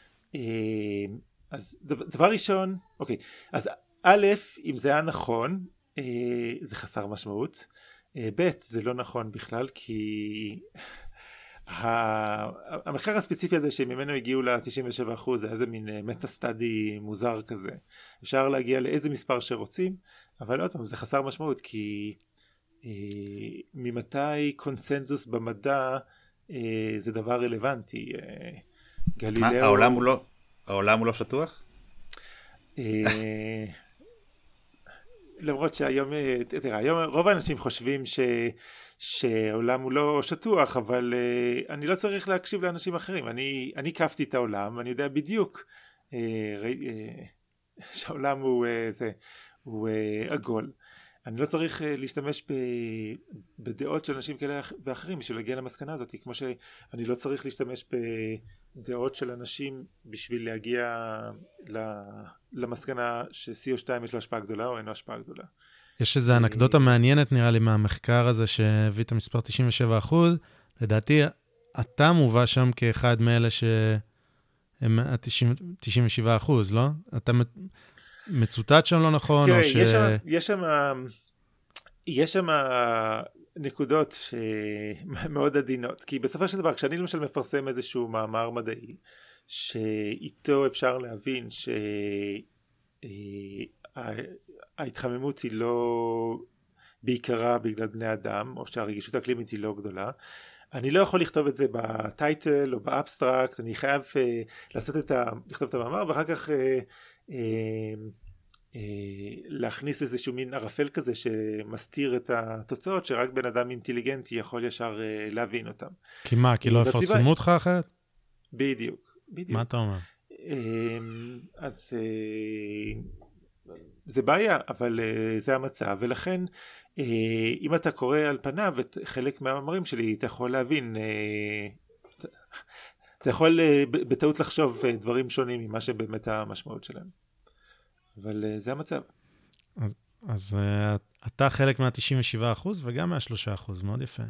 D: אז דבר ראשון, אוקיי, אז א', אם זה היה נכון, זה חסר משמעות. ב', זה לא נכון בכלל, כי המחקר הספציפי הזה שממנו הגיעו ל-תשעים ושבעה אחוז, זה איזה מין מטה-סטאדי מוזר כזה. אפשר להגיע לאיזה מספר שרוצים, אבל עוד פעם, זה חסר משמעות, כי אה, ממתי קונסנזוס במדע אה, זה דבר רלוונטי. אה, גלילאו...
C: מה, העולם הוא לא, העולם הוא לא שטוח?
D: אה, למרות שהיום, תראה, היום רוב האנשים חושבים ש... שהעולם הוא לא שטוח, אבל uh, אני לא צריך להקשיב לאנשים אחרים. אני, אני קפתי את העולם, אני יודע בדיוק uh, uh, שהעולם הוא, uh, זה, הוא uh, עגול. אני לא צריך uh, להשתמש ב, בדעות של אנשים כאלה ואחרים בשביל להגיע למסקנה הזאת, כמו שאני לא צריך להשתמש בדעות של אנשים בשביל להגיע למסקנה ש-סי או שתיים יש לו השפעה גדולה או אין לו השפעה גדולה.
B: יש איזו אנקדוטה מעניינת נראה לי מהמחקר הזה שהביא את המספר תשעים ושבעה אחוז. לדעתי, אתה מובא שם כאחד מאלה שהם תשעים ושבעה אחוז, לא? אתה מצוטט שם לא נכון?
D: תראה,
B: ש...
D: יש שם, יש שם, יש שם נקודות מאוד עדינות, כי בסופו של דבר, כשאני למשל מפרסם איזשהו מאמר מדעי, שאיתו אפשר להבין ש... ההתחממות היא לא בעיקרה בגלל בני אדם, או שהרגישות האקלימית היא לא גדולה. אני לא יכול לכתוב את זה בטייטל או באבסטרקט, אני חייב uh, לעשות את ה... לכתוב את המאמר, ואחר כך uh, uh, uh, להכניס איזשהו מין ערפל כזה שמסתיר את התוצאות, שרק בן אדם אינטליגנטי יכול ישר uh, להבין אותם.
B: כי מה? כי לא יפרסמו אותך אחרת?
D: בדיוק, בדיוק.
B: מה אתה אומר?
D: Uh, אז... Uh, זה בעיה, אבל uh, זה המצב, ולכן uh, אם אתה קורא על פניו את חלק מהמאמרים שלי, אתה יכול להבין, uh, אתה יכול uh, בטעות לחשוב uh, דברים שונים ממה שבאמת המשמעות שלהם. אבל uh, זה המצב.
B: אז, אז uh, אתה חלק מה-תשעים ושבעה אחוז וגם מה-שלושה אחוז, מאוד יפה.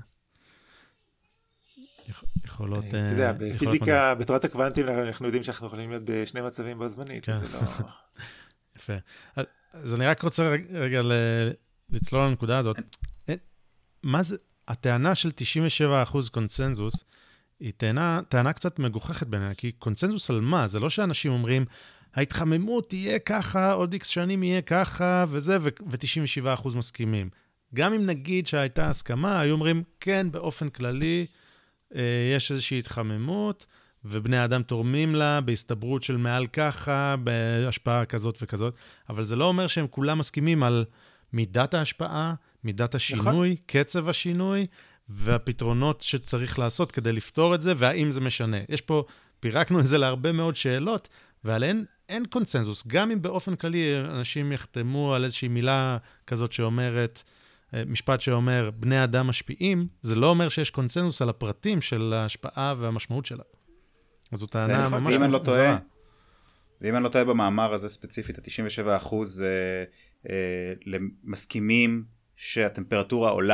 B: יכולות...
D: אתה יודע, בפיזיקה, בתורת הקוונטים, אנחנו יודעים שאנחנו יכולים להיות בשני מצבים בו זמנית, כן. זה לא...
B: יפה. אז אני רק רוצה רגע לצלול לנקודה הזאת. מה זה, הטענה של תשעים ושבעה אחוז קונצנזוס, היא טענה, טענה קצת מגוחכת בעיניי, כי קונצנזוס על מה? זה לא שאנשים אומרים, ההתחממות תהיה ככה, עוד איקס שנים יהיה ככה, וזה, ו-תשעים ושבעה אחוז מסכימים. גם אם נגיד שהייתה הסכמה, היו אומרים, כן, באופן כללי, יש איזושהי התחממות, ובני האדם תורמים לה בהסתברות של מעל ככה, בהשפעה כזאת וכזאת, אבל זה לא אומר שהם כולם מסכימים על מידת ההשפעה, מידת השינוי, נכון. קצב השינוי, והפתרונות שצריך לעשות כדי לפתור את זה, והאם זה משנה. יש פה, פירקנו את זה להרבה מאוד שאלות, ועליהן אין קונצנזוס. גם אם באופן כללי אנשים יחתמו על איזושהי מילה כזאת שאומרת, משפט שאומר, בני אדם משפיעים, זה לא אומר שיש קונצנזוס על הפרטים של ההשפעה והמשמעות שלה. אז זאת טענה ממש מוזרה.
C: ואם אני לא טועה במאמר הזה ספציפית, ה-תשעים ושבעה אחוז מסכימים שהטמפרטורה עולה.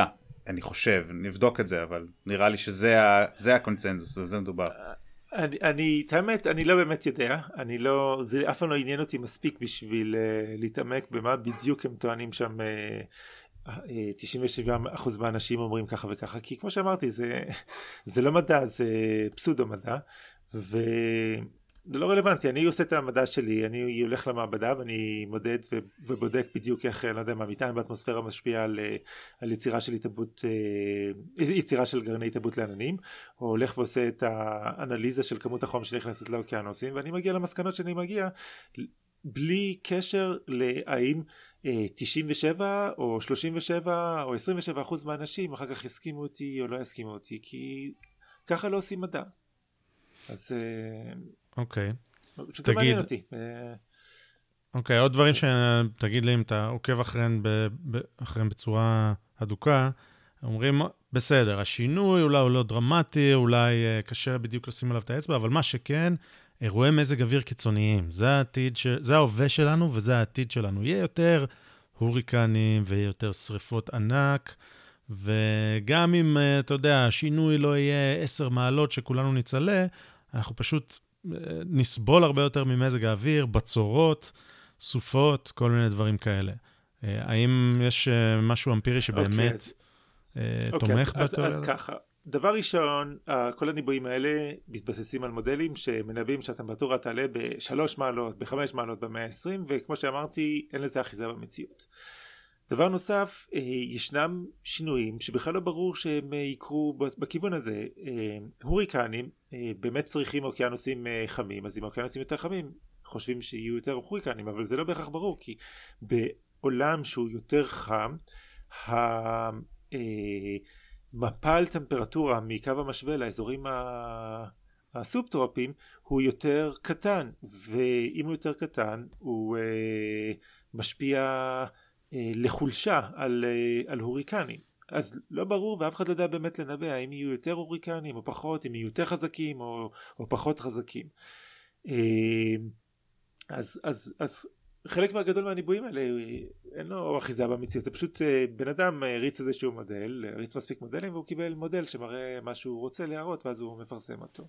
C: אני חושב, נבדוק את זה, אבל נראה לי שזה ה, זה הקונצנזוס, וזה מדובר.
D: אני, אני, את האמת, אני לא באמת יודע, אני לא, זה אף פעם לא עניין אותי מספיק בשביל uh, להתעמק במה בדיוק הם טוענים שם, uh, uh, תשעים ושבעה אחוז מהאנשים אומרים ככה וככה, כי כמו שאמרתי, זה, זה לא מדע, זה פסודו מדע, ו... זה לא רלוונטי, אני עושה את המדע שלי, אני הולך למעבדה ואני מודד ובודק בדיוק איך, אני לא יודע מה, מטען באטמוספירה משפיע על, על יצירה של התאבות, יצירה של גרעיני התאבות לעננים, או הולך ועושה את האנליזה של כמות החום שנכנסת לאוקיינוסים, ואני מגיע למסקנות שאני מגיע, בלי קשר להאם תשעים ושבע או שלושים ושבע או עשרים ושבע אחוז מהאנשים אחר כך יסכימו אותי או לא יסכימו אותי, כי ככה לא עושים מדע. אז...
B: אוקיי.
D: פשוט מעניין אותי.
B: אוקיי, עוד דברים שתגיד לי אם אתה עוקב אחריהם בצורה הדוקה, אומרים, בסדר, השינוי אולי הוא לא דרמטי, אולי קשה בדיוק לשים עליו את האצבע, אבל מה שכן, אירועי מזג אוויר קיצוניים, זה העתיד, זה ההווה שלנו וזה העתיד שלנו. יהיה יותר הוריקנים ויהיה יותר שריפות ענק, וגם אם, אתה יודע, השינוי לא יהיה עשר מעלות שכולנו נצלה, אנחנו פשוט נסבול הרבה יותר ממזג האוויר, בצורות, סופות, כל מיני דברים כאלה. האם יש משהו אמפירי שבאמת תומך בתיאוריה?
D: אז ככה, דבר ראשון, כל הניבויים האלה מתבססים על מודלים שמנבאים שהטמפרטורה תעלה בשלוש מעלות, בחמש מעלות במאה ה-עשרים, וכמו שאמרתי, אין לזה אחיזה במציאות. דבר נוסף, ישנם שינויים שבכלל לא ברור שהם יקרו בכיוון הזה. הוריקנים באמת צריכים אוקיינוסים חמים, אז אם האוקיינוסים יותר חמים חושבים שיהיו יותר הוריקנים, אבל זה לא בהכרח ברור, כי בעולם שהוא יותר חם, המפל טמפרטורה מקו המשווה לאזורים הסובטרופיים הוא יותר קטן, ואם הוא יותר קטן הוא משפיע לחולשה על, על הוריקנים. אז לא ברור ואף אחד לא יודע באמת לנבא האם יהיו יותר הוריקנים או פחות, אם יהיו יותר חזקים או, או פחות חזקים. אז, אז, אז חלק מהגדול מהניבויים האלה אין לו אחיזה במציאות, זה פשוט בן אדם ריץ איזשהו מודל, ריץ מספיק מודלים והוא קיבל מודל שמראה מה שהוא רוצה להראות ואז הוא מפרסם אותו.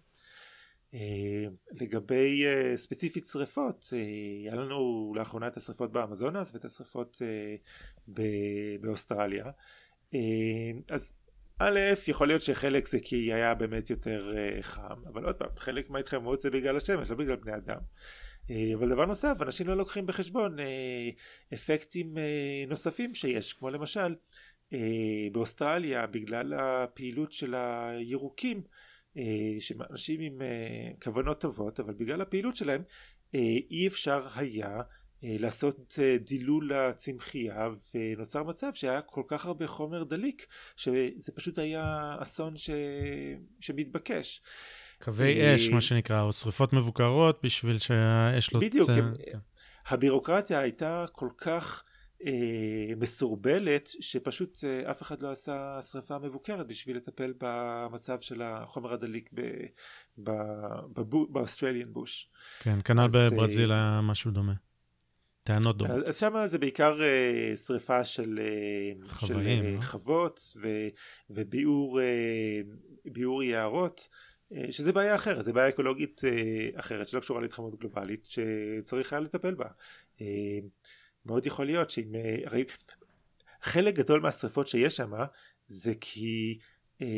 D: לגבי ספציפית שריפות, היה לנו לאחרונה את השריפות באמזונס ואת השריפות באוסטרליה. אז א', יכול להיות שחלק זה כי היה באמת יותר חם, אבל עוד פעם, חלק מההתחממות זה בגלל השמש, לא בגלל בני אדם. אבל דבר נוסף, אנשים לא לוקחים בחשבון אפקטים נוספים שיש, כמו למשל באוסטרליה, בגלל הפעילות של הירוקים, שאנשים עם כוונות טובות, אבל בגלל הפעילות שלהם אי אפשר היה לעשות דילול לצמחייה, ונוצר מצב שהיה כל כך הרבה חומר דליק שזה פשוט היה אסון ש... שמתבקש.
B: קווי אש מה שנקרא, או שריפות מבוקרות בשביל שהאש לא...
D: בדיוק, הבירוקרטיה הייתה כל כך מסורבלת שפשוט אף אחד לא עשה שריפה מבוקרת בשביל לטפל במצב של החומר הדליק באוסטרליאן בוש.
B: כן, כנ"ל בברזיל היה משהו דומה. טענות דומות.
D: אז שם זה בעיקר שריפה של חוות וביעור יערות, שזה בעיה אחרת, זה בעיה אקולוגית אחרת שלא קשורה להתחממות גלובלית שצריך היה לטפל בה. מאוד יכול להיות שאם, הרי חלק גדול מהשריפות שיש שם זה כי אה,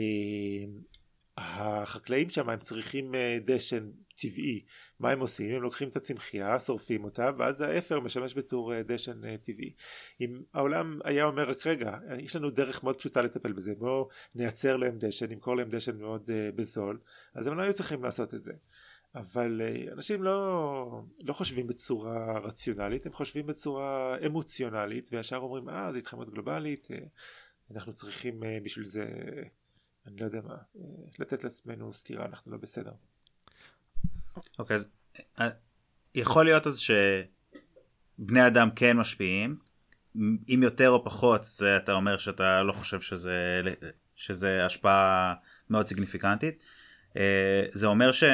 D: החקלאים שם הם צריכים דשן טבעי. מה הם עושים? הם לוקחים את הצמחייה, שורפים אותה, ואז האפר משמש בתור דשן טבעי. אם העולם היה אומר רק רגע, יש לנו דרך מאוד פשוטה לטפל בזה, בואו נייצר להם דשן, נמכור להם דשן מאוד אה, בזול, אז הם לא היו צריכים לעשות את זה. אבל אנשים לא, לא חושבים בצורה רציונלית, הם חושבים בצורה אמוציונלית, וישר אומרים, אה, זה התחממות גלובלית, אנחנו צריכים בשביל זה, אני לא יודע מה, לתת לעצמנו סתירה, אנחנו לא בסדר.
C: אוקיי, אז יכול להיות אז שבני אדם כן משפיעים, אם יותר או פחות, זה אתה אומר שאתה לא חושב שזה, שזה השפעה מאוד סיגניפיקנטית, זה אומר ש...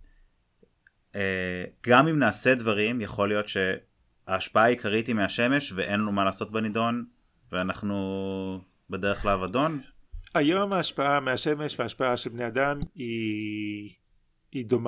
C: גם אם נעשה דברים, יכול להיות שההשפעה העיקרית היא מהשמש ואין לנו מה לעשות בנידון ואנחנו בדרך לאבדון.
D: היום ההשפעה מהשמש וההשפעה של בני אדם היא, היא דומה.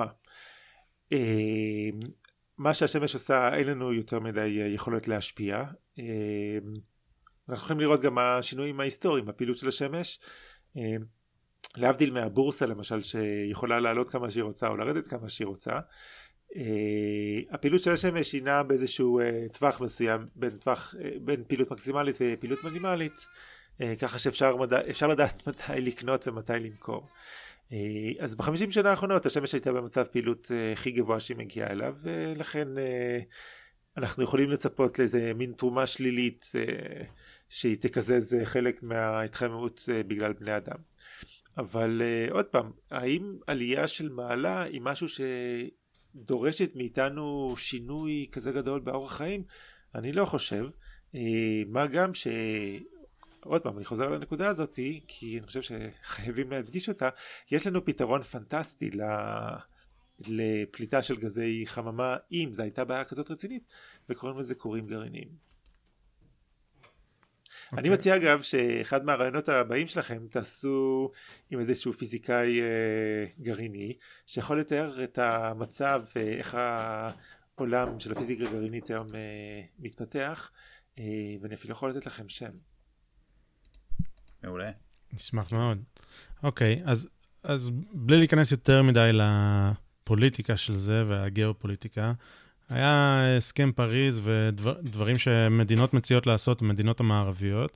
D: מה שהשמש עושה, אין לנו יותר מדי יכולת להשפיע. אנחנו יכולים לראות גם השינויים ההיסטוריים, הפעילות של השמש. להבדיל מהבורסה למשל, שיכולה לעלות כמה שהיא רוצה או לרדת כמה שהיא רוצה. הפעילות של השמש היא נעה באיזשהו טווח מסוים, בין, טווח, בין פעילות מקסימלית ופעילות מינימלית, ככה שאפשר אפשר לדעת מתי לקנות ומתי למכור. אז בחמישים שנה האחרונות השמש הייתה במצב פעילות הכי גבוה שהיא מגיעה אליו, ולכן אנחנו יכולים לצפות לאיזה מין תרומה שלילית שהיא תקזז חלק מההתחממות בגלל בני אדם. אבל עוד פעם, האם עלייה של מעלה היא משהו שדורשת מאיתנו שינוי כזה גדול באורח חיים? אני לא חושב. מה גם ש... עוד פעם, אני חוזר לנקודה הזאת, כי אני חושב שחייבים להדגיש אותה. יש לנו פתרון פנטסטי לפליטה של גזי חממה, אם זו הייתה בעיה כזאת רצינית, וקוראים לזה כורים גרעיניים. Okay. אני מציע אגב שאחד מהרעיונות הבאים שלכם תעשו עם איזשהו פיזיקאי אה, גרעיני, שיכול לתאר את המצב, אה, איך העולם של הפיזיקה הגרעינית היום אה, מתפתח, אה, ואני אפילו יכול לתת לכם שם.
C: מעולה.
B: נשמח מאוד. אוקיי, אז, אז בלי להיכנס יותר מדי לפוליטיקה של זה והגיאופוליטיקה, היה הסכם פריז ודברים שמדינות מציעות לעשות, מדינות המערביות,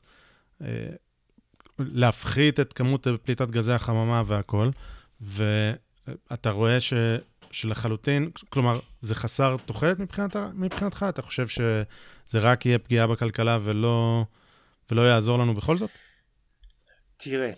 B: להפחית את כמות פליטת גזי החממה והכל, ואתה רואה ש, שלחלוטין, כלומר, זה חסר תוחלת מבחינת, מבחינתך? אתה חושב שזה רק יהיה פגיעה בכלכלה ולא, ולא יעזור לנו בכל זאת?
D: תראה,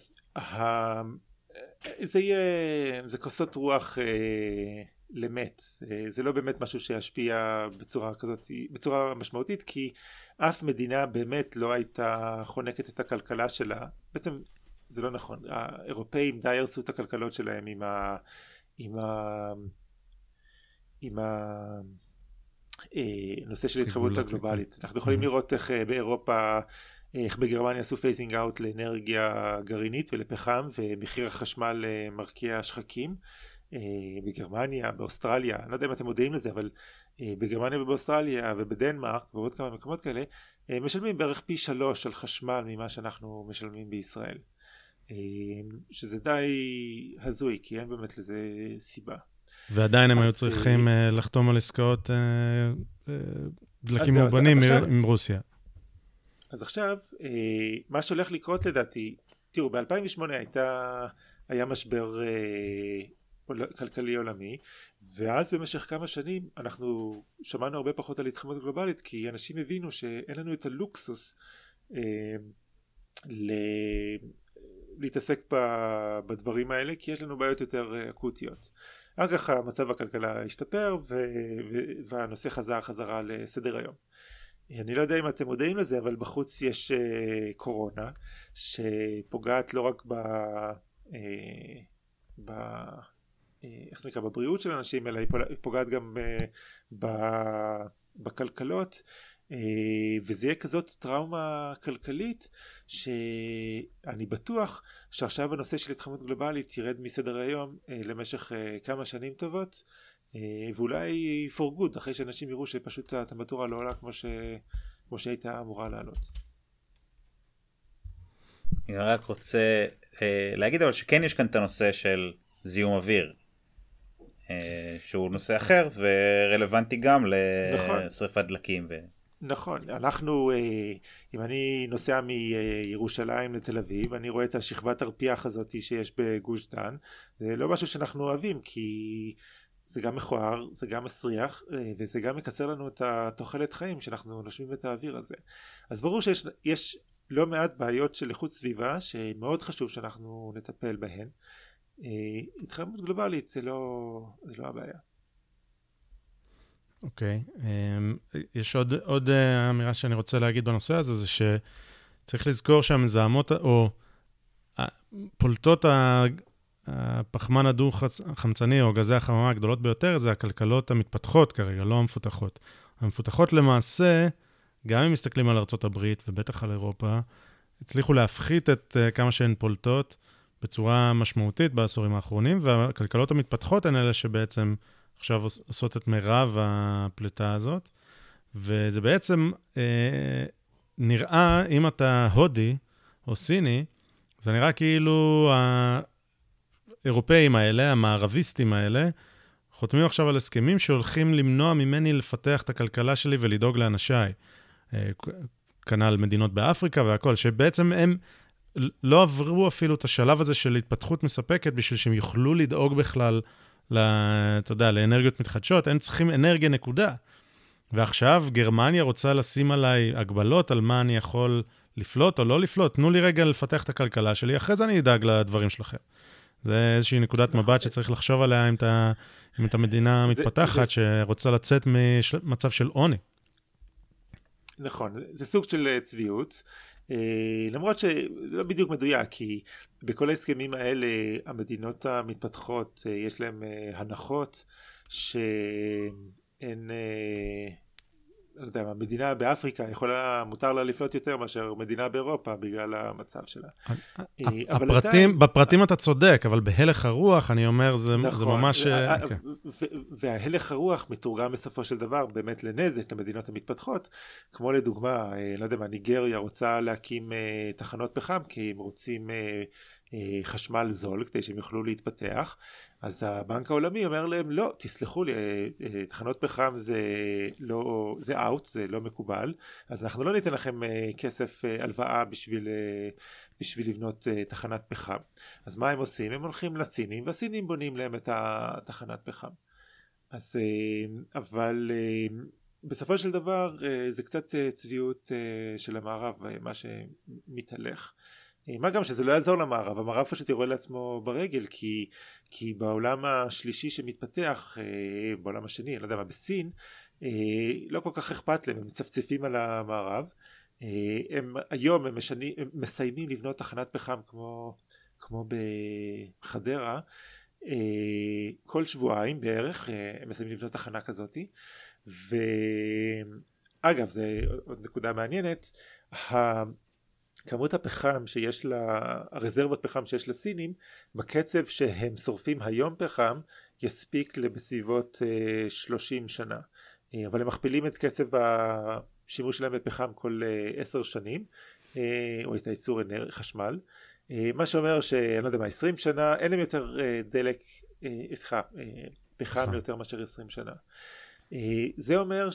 D: זה יהיה, זה כוסות רוח למת. זה לא באמת משהו שישפיע בצורה כזאת, בצורה משמעותית, כי אף מדינה באמת לא הייתה חונקת את הכלכלה שלה. בעצם זה לא נכון. האירופאים די הרסו את הכלכלות שלהם עם ה... עם ה... עם הנושא של התחממות הגלובלית. אנחנו יכולים לראות איך באירופה, איך בגרמניה עשו פייזינג אאוט לאנרגיה גרעינית ולפחם, ומחיר החשמל מרקיע שחקים. בגרמניה, באוסטרליה, אני לא יודע אם אתם מודעים לזה, אבל בגרמניה ובאוסטרליה ובדנמרק ועוד כמה מקומות כאלה, משלמים בערך פי שלוש על חשמל ממה שאנחנו משלמים בישראל. שזה די הזוי, כי אין באמת לזה סיבה.
B: ועדיין הם היו צריכים לחתום על עסקאות דלקים מאובנים עם רוסיה.
D: אז עכשיו, מה שהולך לקרות לדעתי, תראו, ב-אלפיים ושמונה הייתה, היה משבר כלכלי עולמי, ואז במשך כמה שנים אנחנו שמענו הרבה פחות על התחממות גלובלית, כי אנשים הבינו שאין לנו את הלוקסוס אה, ל... להתעסק ב... בדברים האלה, כי יש לנו בעיות יותר אקוטיות. אחר כך המצב הכלכלה השתפר, ו... ו... והנושא חזר חזרה לסדר היום. אני לא יודע אם אתם מודעים לזה, אבל בחוץ יש אה, קורונה, שפוגעת לא רק ב... אה, ב... איך זה נקרא, בבריאות של אנשים, אלא היא פוגעת גם בכלכלות, וזה יהיה כזאת טראומה כלכלית, שאני בטוח שעכשיו הנושא של התחממות גלובלית ירד מסדר היום למשך כמה שנים טובות, ואולי for good, אחרי שאנשים יראו שפשוט הטמפרטורה לא עולה כמו, ש... כמו שהייתה אמורה לעלות.
C: אני רק רוצה להגיד אבל שכן יש כאן את הנושא של זיהום אוויר, שהוא נושא אחר ורלוונטי גם לשריפת דלקים.
D: נכון, אנחנו, אם אני נוסע מירושלים לתל אביב, אני רואה את השכבת הרפיח הזאת שיש בגוש דן, זה לא משהו שאנחנו אוהבים, כי זה גם מכוער, זה גם מסריח, וזה גם מקצר לנו את התוחלת חיים שאנחנו נושמים את האוויר הזה. אז ברור שיש יש לא מעט בעיות של איכות סביבה, שמאוד חשוב שאנחנו נטפל בהן. התחממות גלובלית זה לא, זה לא הבעיה.
B: אוקיי. יש עוד, עוד אמירה שאני רוצה להגיד בנושא הזה, זה שצריך לזכור שהמזהמות, או פולטות הפחמן הדו-חמצני, או גזי החממה הגדולות ביותר, זה הכלכלות המתפתחות כרגע, לא המפותחות. המפותחות למעשה, גם אם מסתכלים על ארצות הברית, ובטח על אירופה, הצליחו להפחית את כמה שהן פולטות בצורה משמעותית בעשורים האחרונים, והכלכלות המתפתחות הן אלה שבעצם עכשיו עושות את מירב הפליטה הזאת, וזה בעצם אה, נראה, אם אתה הודי או סיני, זה נראה כאילו האירופאים האלה, המערביסטים האלה, חותמים עכשיו על הסכמים שהולכים למנוע ממני לפתח את הכלכלה שלי ולדאוג לאנשיי. כנ"ל מדינות באפריקה והכל, שבעצם הם לא עברו אפילו את השלב הזה של התפתחות מספקת, בשביל שהם יוכלו לדאוג בכלל, אתה יודע, לאנרגיות מתחדשות, הם צריכים אנרגיה נקודה. ועכשיו גרמניה רוצה לשים עליי הגבלות על מה אני יכול לפלוט או לא לפלוט. תנו לי רגע לפתח את הכלכלה שלי, אחרי זה אני אדאג לדברים שלכם. זה איזושהי נקודת מבט שצריך לחשוב עליה אם אתה, אם אתה מדינה מתפתחת שרוצה לצאת ממצב של עוני.
D: נכון, זה סוג של צביעות, למרות שזה לא בדיוק מדויק, כי בכל ההסכמים האלה המדינות המתפתחות יש להם הנחות שהן, לא יודע, המדינה באפריקה יכולה, מותר לה לפלוט יותר מאשר מדינה באירופה בגלל המצב שלה.
B: הפרטים, בפרטים אתה צודק, אבל בהלך הרוח אני אומר זה ממש...
D: וההלך הרוח מתורגם בסופו של דבר באמת לנזק למדינות המתפתחות, כמו לדוגמה, לא יודע מה, ניגריה רוצה להקים תחנות פחם, כי הם רוצים חשמל זול כדי שהם יוכלו להתפתח, אז הבנק העולמי אומר להם, לא, תסלחו לי, תחנות פחם זה לא, זה אאוט, זה לא מקובל, אז אנחנו לא ניתן לכם כסף הלוואה בשביל, בשביל לבנות תחנת פחם. אז מה הם עושים? הם הולכים לסינים, והסינים בונים להם את התחנת פחם. אז, אבל בסופו של דבר זה קצת צביעות של המערב, מה שמתהלך. מה גם שזה לא יעזור למערב, המערב פשוט יראה לעצמו ברגל, כי, כי בעולם השלישי שמתפתח, בעולם השני, אני לא יודע מה, בסין, לא כל כך אכפת להם, הם מצפצפים על המערב, הם היום הם, משני, הם מסיימים לבנות תחנת פחם כמו, כמו בחדרה, כל שבועיים בערך, הם מסיימים לבנות תחנה כזאת, ואגב, זה עוד נקודה מעניינת, כמות הפחם שיש לה, הרזרבות פחם שיש לסינים, בקצב שהם שורפים היום פחם, יספיק לבסביבות אה, שלושים שנה. אה, אבל הם מכפילים את קצב השימוש שלהם בפחם כל אה, עשר שנים, אה, או את הייצור אנרגיה חשמל. אה, מה שאומר שאני לא יודע מה, עשרים שנה, אין להם יותר אה, דלק, אה, סליחה, אה, פחם יותר מאשר עשרים שנה. אה, זה אומר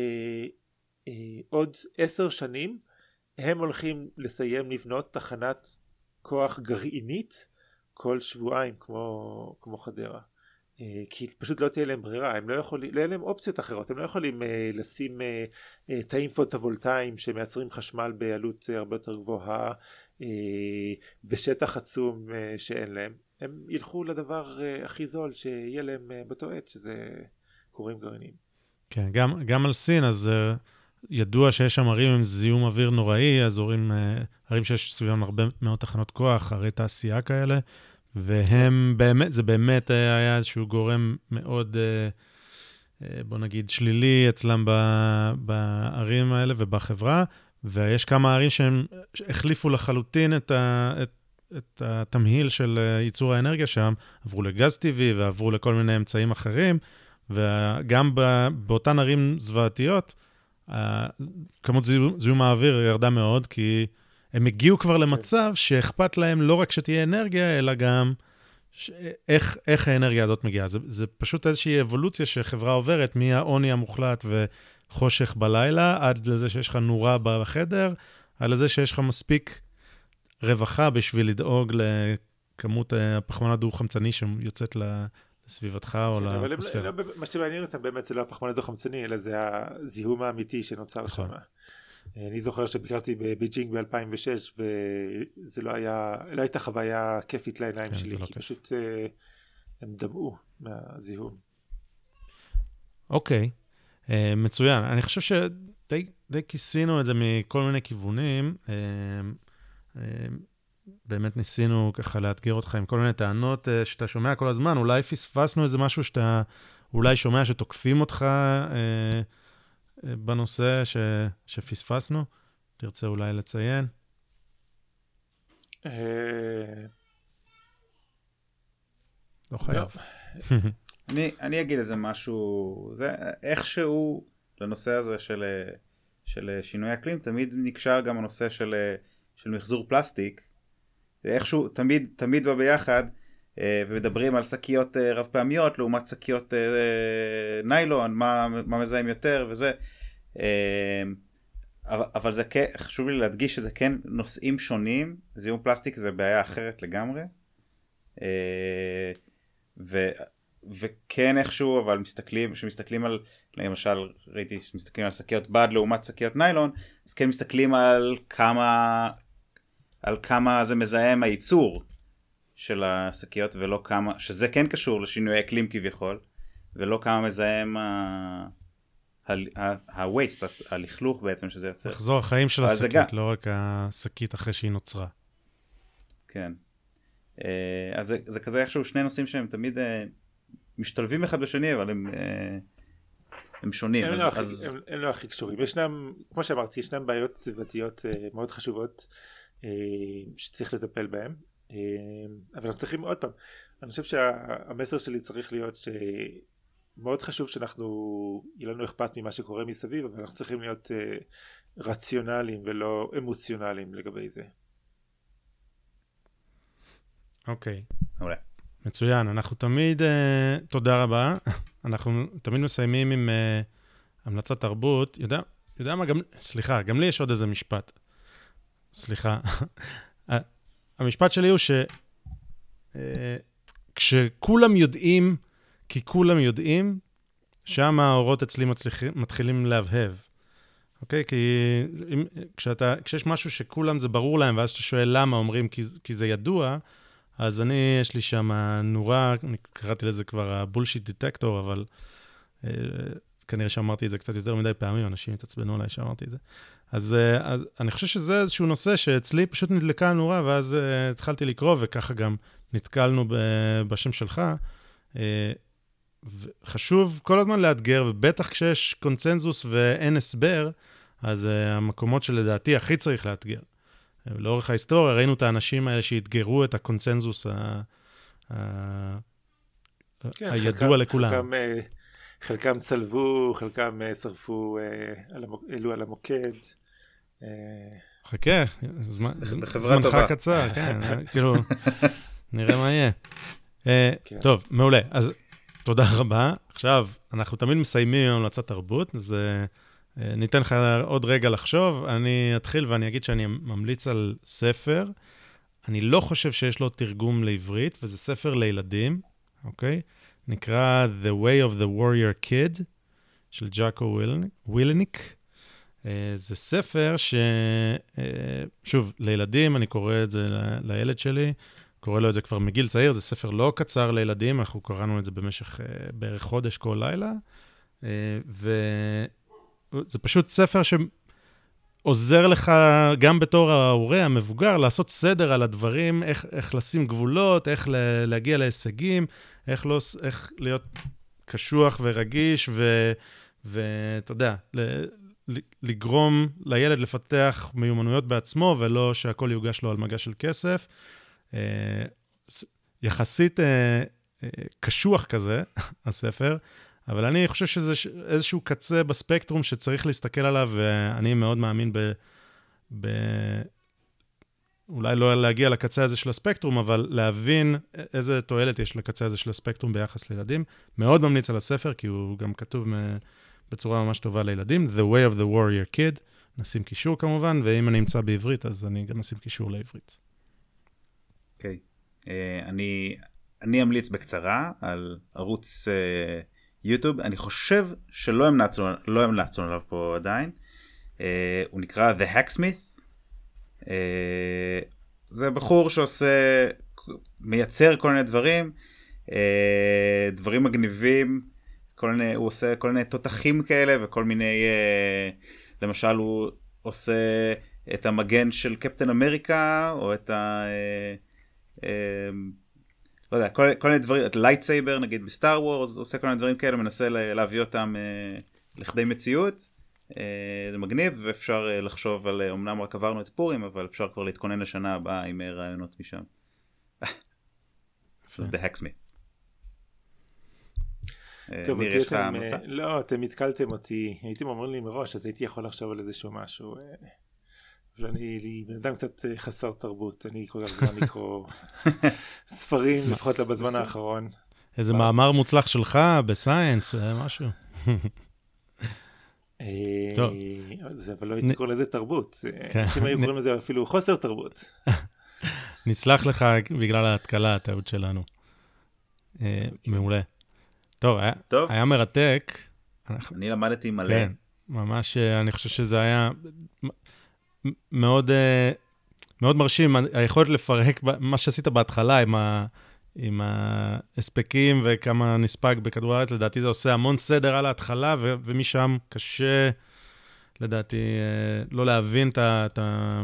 D: שעוד אה, עשר שנים, הם הולכים לסיים לבנות תחנת כוח גרעינית כל שבועיים כמו, כמו חדרה. כי פשוט לא תהיה להם ברירה, הם לא יכולים, לא יהיה להם אופציות אחרות, הם לא יכולים לשים תאים פוטו-וולטאיים שמייצרים חשמל בעלות הרבה יותר גבוהה, בשטח עצום שאין להם. הם ילכו לדבר הכי זול שיהיה להם באותו עת, שזה כורים גרעיניים.
B: כן, גם, גם על סין, אז... ידוע שיש שם ערים עם זיהום אוויר נוראי, אזורים, ערים שיש סביבם הרבה מאוד תחנות כוח, ערי תעשייה כאלה, והם באמת, זה באמת היה איזשהו גורם מאוד, בוא נגיד, שלילי אצלם בערים האלה ובחברה, ויש כמה ערים שהם החליפו לחלוטין את, ה, את, את התמהיל של ייצור האנרגיה שם, עברו לגז טבעי ועברו לכל מיני אמצעים אחרים, וגם באותן ערים זוועתיות, כמות זיהום האוויר ירדה מאוד, כי הם הגיעו כבר למצב שאכפת להם לא רק שתהיה אנרגיה, אלא גם איך, איך האנרגיה הזאת מגיעה. זה, זה פשוט איזושהי אבולוציה שחברה עוברת מהעוני המוחלט וחושך בלילה, עד לזה שיש לך נורה בחדר, עד לזה שיש לך מספיק רווחה בשביל לדאוג לכמות הפחמן הדו-חמצני שיוצאת ל... לסביבתך או לאטמוספירה.
D: מה שמעניין אותם באמת זה לא הפחמן הדו-חמצני, אלא זה הזיהום האמיתי שנוצר שם. אני זוכר שביקרתי בבייג'ינג ב-אלפיים ושש, וזה לא היה, לא הייתה חוויה כיפית לעיניים שלי, כי פשוט הם דמעו מהזיהום.
B: אוקיי, מצוין. אני חושב שדי כיסינו את זה מכל מיני כיוונים. באמת ניסינו ככה לאתגר אותך עם כל מיני טענות שאתה שומע כל הזמן, אולי פספסנו איזה משהו שאתה אולי שומע שתוקפים אותך אה, בנושא ש, שפספסנו, תרצה אולי לציין? לא חייב.
C: אני, אני אגיד איזה משהו, זה איכשהו לנושא הזה של, של שינוי אקלים, תמיד נקשר גם הנושא של, של מחזור פלסטיק, איכשהו תמיד, תמיד בא ביחד, ומדברים על שקיות רב פעמיות, לעומת שקיות ניילון, מה, מה מזהם יותר וזה, אבל זה כן, חשוב לי להדגיש שזה כן נושאים שונים, זיהום פלסטיק זה בעיה אחרת לגמרי, ו... וכן איכשהו, אבל מסתכלים, שמסתכלים על, למשל, ראיתי שמסתכלים על שקיות בד לעומת שקיות ניילון, אז כן מסתכלים על כמה, על כמה זה מזהם הייצור של השקיות, ולא כמה, שזה כן קשור לשינוי אקלים כביכול, ולא כמה מזהם ה-waste, הלכלוך בעצם שזה יוצר.
B: מחזור החיים של השקית, לא רק השקית אחרי שהיא נוצרה.
C: כן. אז זה, זה כזה איכשהו שני נושאים שהם תמיד משתלבים אחד בשני, אבל הם, הם שונים.
D: הם,
C: אז,
D: לא,
C: אז...
D: הם, הם לא הכי קשורים. ישנם, כמו שאמרתי, ישנם בעיות סביבתיות מאוד חשובות שצריך לטפל בהן. אבל אנחנו צריכים עוד פעם, אני חושב שהמסר שלי צריך להיות שמאוד חשוב שאנחנו, יהיה לנו אכפת ממה שקורה מסביב, אבל אנחנו צריכים להיות רציונליים ולא אמוציונליים לגבי זה.
B: אוקיי.
C: אולי.
B: מצוין, אנחנו תמיד, uh, תודה רבה, אנחנו תמיד מסיימים עם uh, המלצת תרבות, יודע, יודע מה, גם, סליחה, גם לי יש עוד איזה משפט, סליחה, המשפט שלי הוא ש, uh, כשכולם יודעים, כי כולם יודעים, שם האורות אצלי מצליחים, מתחילים להבהב, אוקיי? כי אם, כשאתה, כשיש משהו שכולם זה ברור להם, ואז אתה שואל למה, אומרים כי, כי זה ידוע, אז אני, יש לי שם נורה, אני קראתי לזה כבר הבולשיט דיטקטור, אבל אה, כנראה שאמרתי את זה קצת יותר מדי פעמים, אנשים התעצבנו עליי שאמרתי את זה. אז, אה, אז אני חושב שזה איזשהו נושא שאצלי פשוט נדלקה הנורה, ואז אה, התחלתי לקרוא, וככה גם נתקלנו ב, בשם שלך. אה, חשוב כל הזמן לאתגר, ובטח כשיש קונצנזוס ואין הסבר, אז אה, המקומות שלדעתי הכי צריך לאתגר. לאורך ההיסטוריה ראינו את האנשים האלה שהתגרו את הקונצנזוס הידוע לכולם.
D: חלקם צלבו, חלקם שרפו, עלו על המוקד.
B: חכה, זמנך קצר, כן, כאילו, נראה מה יהיה. טוב, מעולה, אז תודה רבה. עכשיו, אנחנו תמיד מסיימים עם המלצת תרבות, אז ניתן לך עוד רגע לחשוב, אני אתחיל ואני אגיד שאני ממליץ על ספר, אני לא חושב שיש לו תרגום לעברית, וזה ספר לילדים, אוקיי? נקרא The Way of the Warrior Kid, של ג'אקו ווילניק. זה ספר ש... שוב, לילדים, אני קורא את זה לילד שלי, קורא לו את זה כבר מגיל צעיר, זה ספר לא קצר לילדים, אנחנו קראנו את זה במשך בערך חודש כל לילה, ו... זה פשוט ספר שעוזר לך, גם בתור ההורה המבוגר, לעשות סדר על הדברים, איך, איך לשים גבולות, איך להגיע להישגים, איך, לא, איך להיות קשוח ורגיש, ו, ואתה יודע, לגרום לילד לפתח מיומנויות בעצמו, ולא שהכל יוגש לו על מגע של כסף. יחסית קשוח כזה, הספר, אבל אני חושב שזה איזשהו קצה בספקטרום שצריך להסתכל עליו, ואני מאוד מאמין ב... ב... אולי לא להגיע לקצה הזה של הספקטרום, אבל להבין איזה תועלת יש לקצה הזה של הספקטרום ביחס לילדים. מאוד ממליץ על הספר, כי הוא גם כתוב בצורה ממש טובה לילדים. The Way of the Warrior Kid, נשים קישור כמובן, ואם אני אמצא בעברית, אז אני גם נשים קישור לעברית.
C: אוקיי. Okay. Uh, אני, אני אמליץ בקצרה על ערוץ... Uh... יוטיוב, אני חושב שלא המלצנו, לא המלצנו עליו פה עדיין, uh, הוא נקרא The Hacksmith, uh, זה בחור שעושה, מייצר כל מיני דברים, uh, דברים מגניבים, כל מיני, הוא עושה כל מיני תותחים כאלה, וכל מיני, uh, למשל הוא עושה את המגן של קפטן אמריקה, או את ה... Uh, uh, לא יודע, כל, כל מיני דברים, את לייטסייבר נגיד בסטאר וורס, הוא עושה כל מיני דברים כאלה, מנסה להביא אותם אה, לכדי מציאות, זה מגניב, ואפשר לחשוב על, אמנם רק עברנו את פורים, אבל אפשר כבר להתכונן לשנה הבאה עם רעיונות משם. אז זה הקסמי.
D: טוב, אותי אתם, לא, אתם התקלתם אותי, הייתם אומרים לי מראש, אז הייתי יכול לחשוב על איזשהו משהו, אבל אני בן אדם קצת חסר תרבות, אני כל כך זמן לקרוא ספרים, לפחות לא בזמן האחרון. איזה
B: מאמר מוצלח שלך בסיינס, משהו.
D: אבל לא הייתי קורא לזה תרבות, אנשים היו קוראים לזה אפילו חוסר תרבות.
B: נסלח לך בגלל ההתקלה, הטעות שלנו. מעולה. טוב, היה, טוב. היה מרתק.
C: אני למדתי מלא.
B: כן, ממש, אני חושב שזה היה מאוד, מאוד מרשים. היכולת לפרק מה שעשית בהתחלה עם, ה, עם ההספקים וכמה נספק בכדור הארץ, לדעתי זה עושה המון סדר על ההתחלה, ו, ומשם קשה, לדעתי, לא להבין את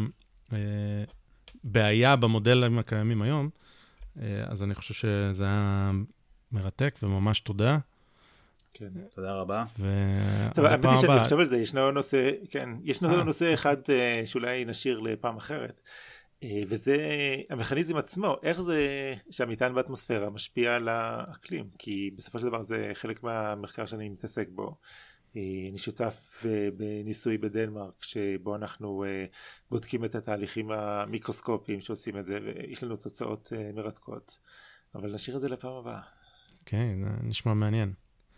B: הבעיה במודלים הקיימים היום. אז אני חושב שזה היה מרתק, וממש תודה.
D: כן.
C: תודה רבה.
D: טוב, האמת היא שאני חושב על זה, ישנו נושא, כן, ישנו נושא אחד שאולי נשאיר לפעם אחרת, וזה המכניזם עצמו, איך זה שהמטען באטמוספירה משפיע על האקלים, כי בסופו של דבר זה חלק מהמחקר שאני מתעסק בו. אני שותף בניסוי בדנמרק, שבו אנחנו בודקים את התהליכים המיקרוסקופיים שעושים את זה, ויש לנו תוצאות מרתקות, אבל נשאיר את זה לפעם הבאה.
B: כן, נשמע מעניין.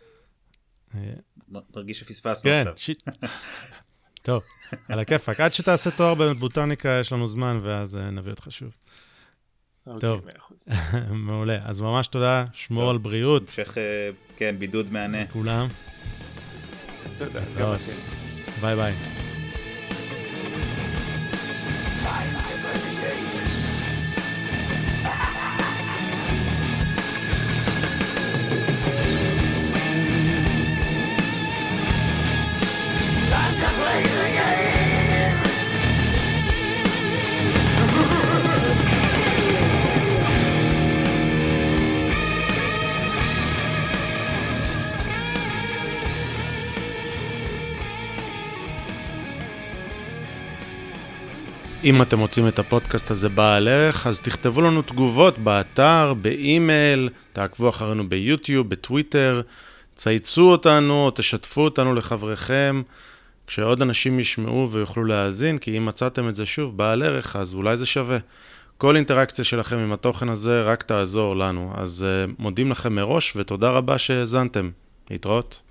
C: תרגיש שפספסנו עכשיו.
B: טוב, על הכיפק. עד שתעשה תואר בבוטניקה, יש לנו זמן, ואז נביא אותך שוב. טוב, מעולה. אז ממש תודה, שמור על בריאות.
C: המשך, כן, בידוד מענה.
B: כולם.
D: תודה.
B: ביי ביי. אם אתם מוצאים את הפודקאסט הזה בעל ערך, אז תכתבו לנו תגובות באתר, באימייל, תעקבו אחרינו ביוטיוב, בטוויטר, צייצו אותנו, תשתפו אותנו לחבריכם, כשעוד אנשים ישמעו ויוכלו להאזין, כי אם מצאתם את זה שוב בעל ערך, אז אולי זה שווה. כל אינטראקציה שלכם עם התוכן הזה רק תעזור לנו, אז מודים לכם מראש ותודה רבה שהאזנתם. להתראות.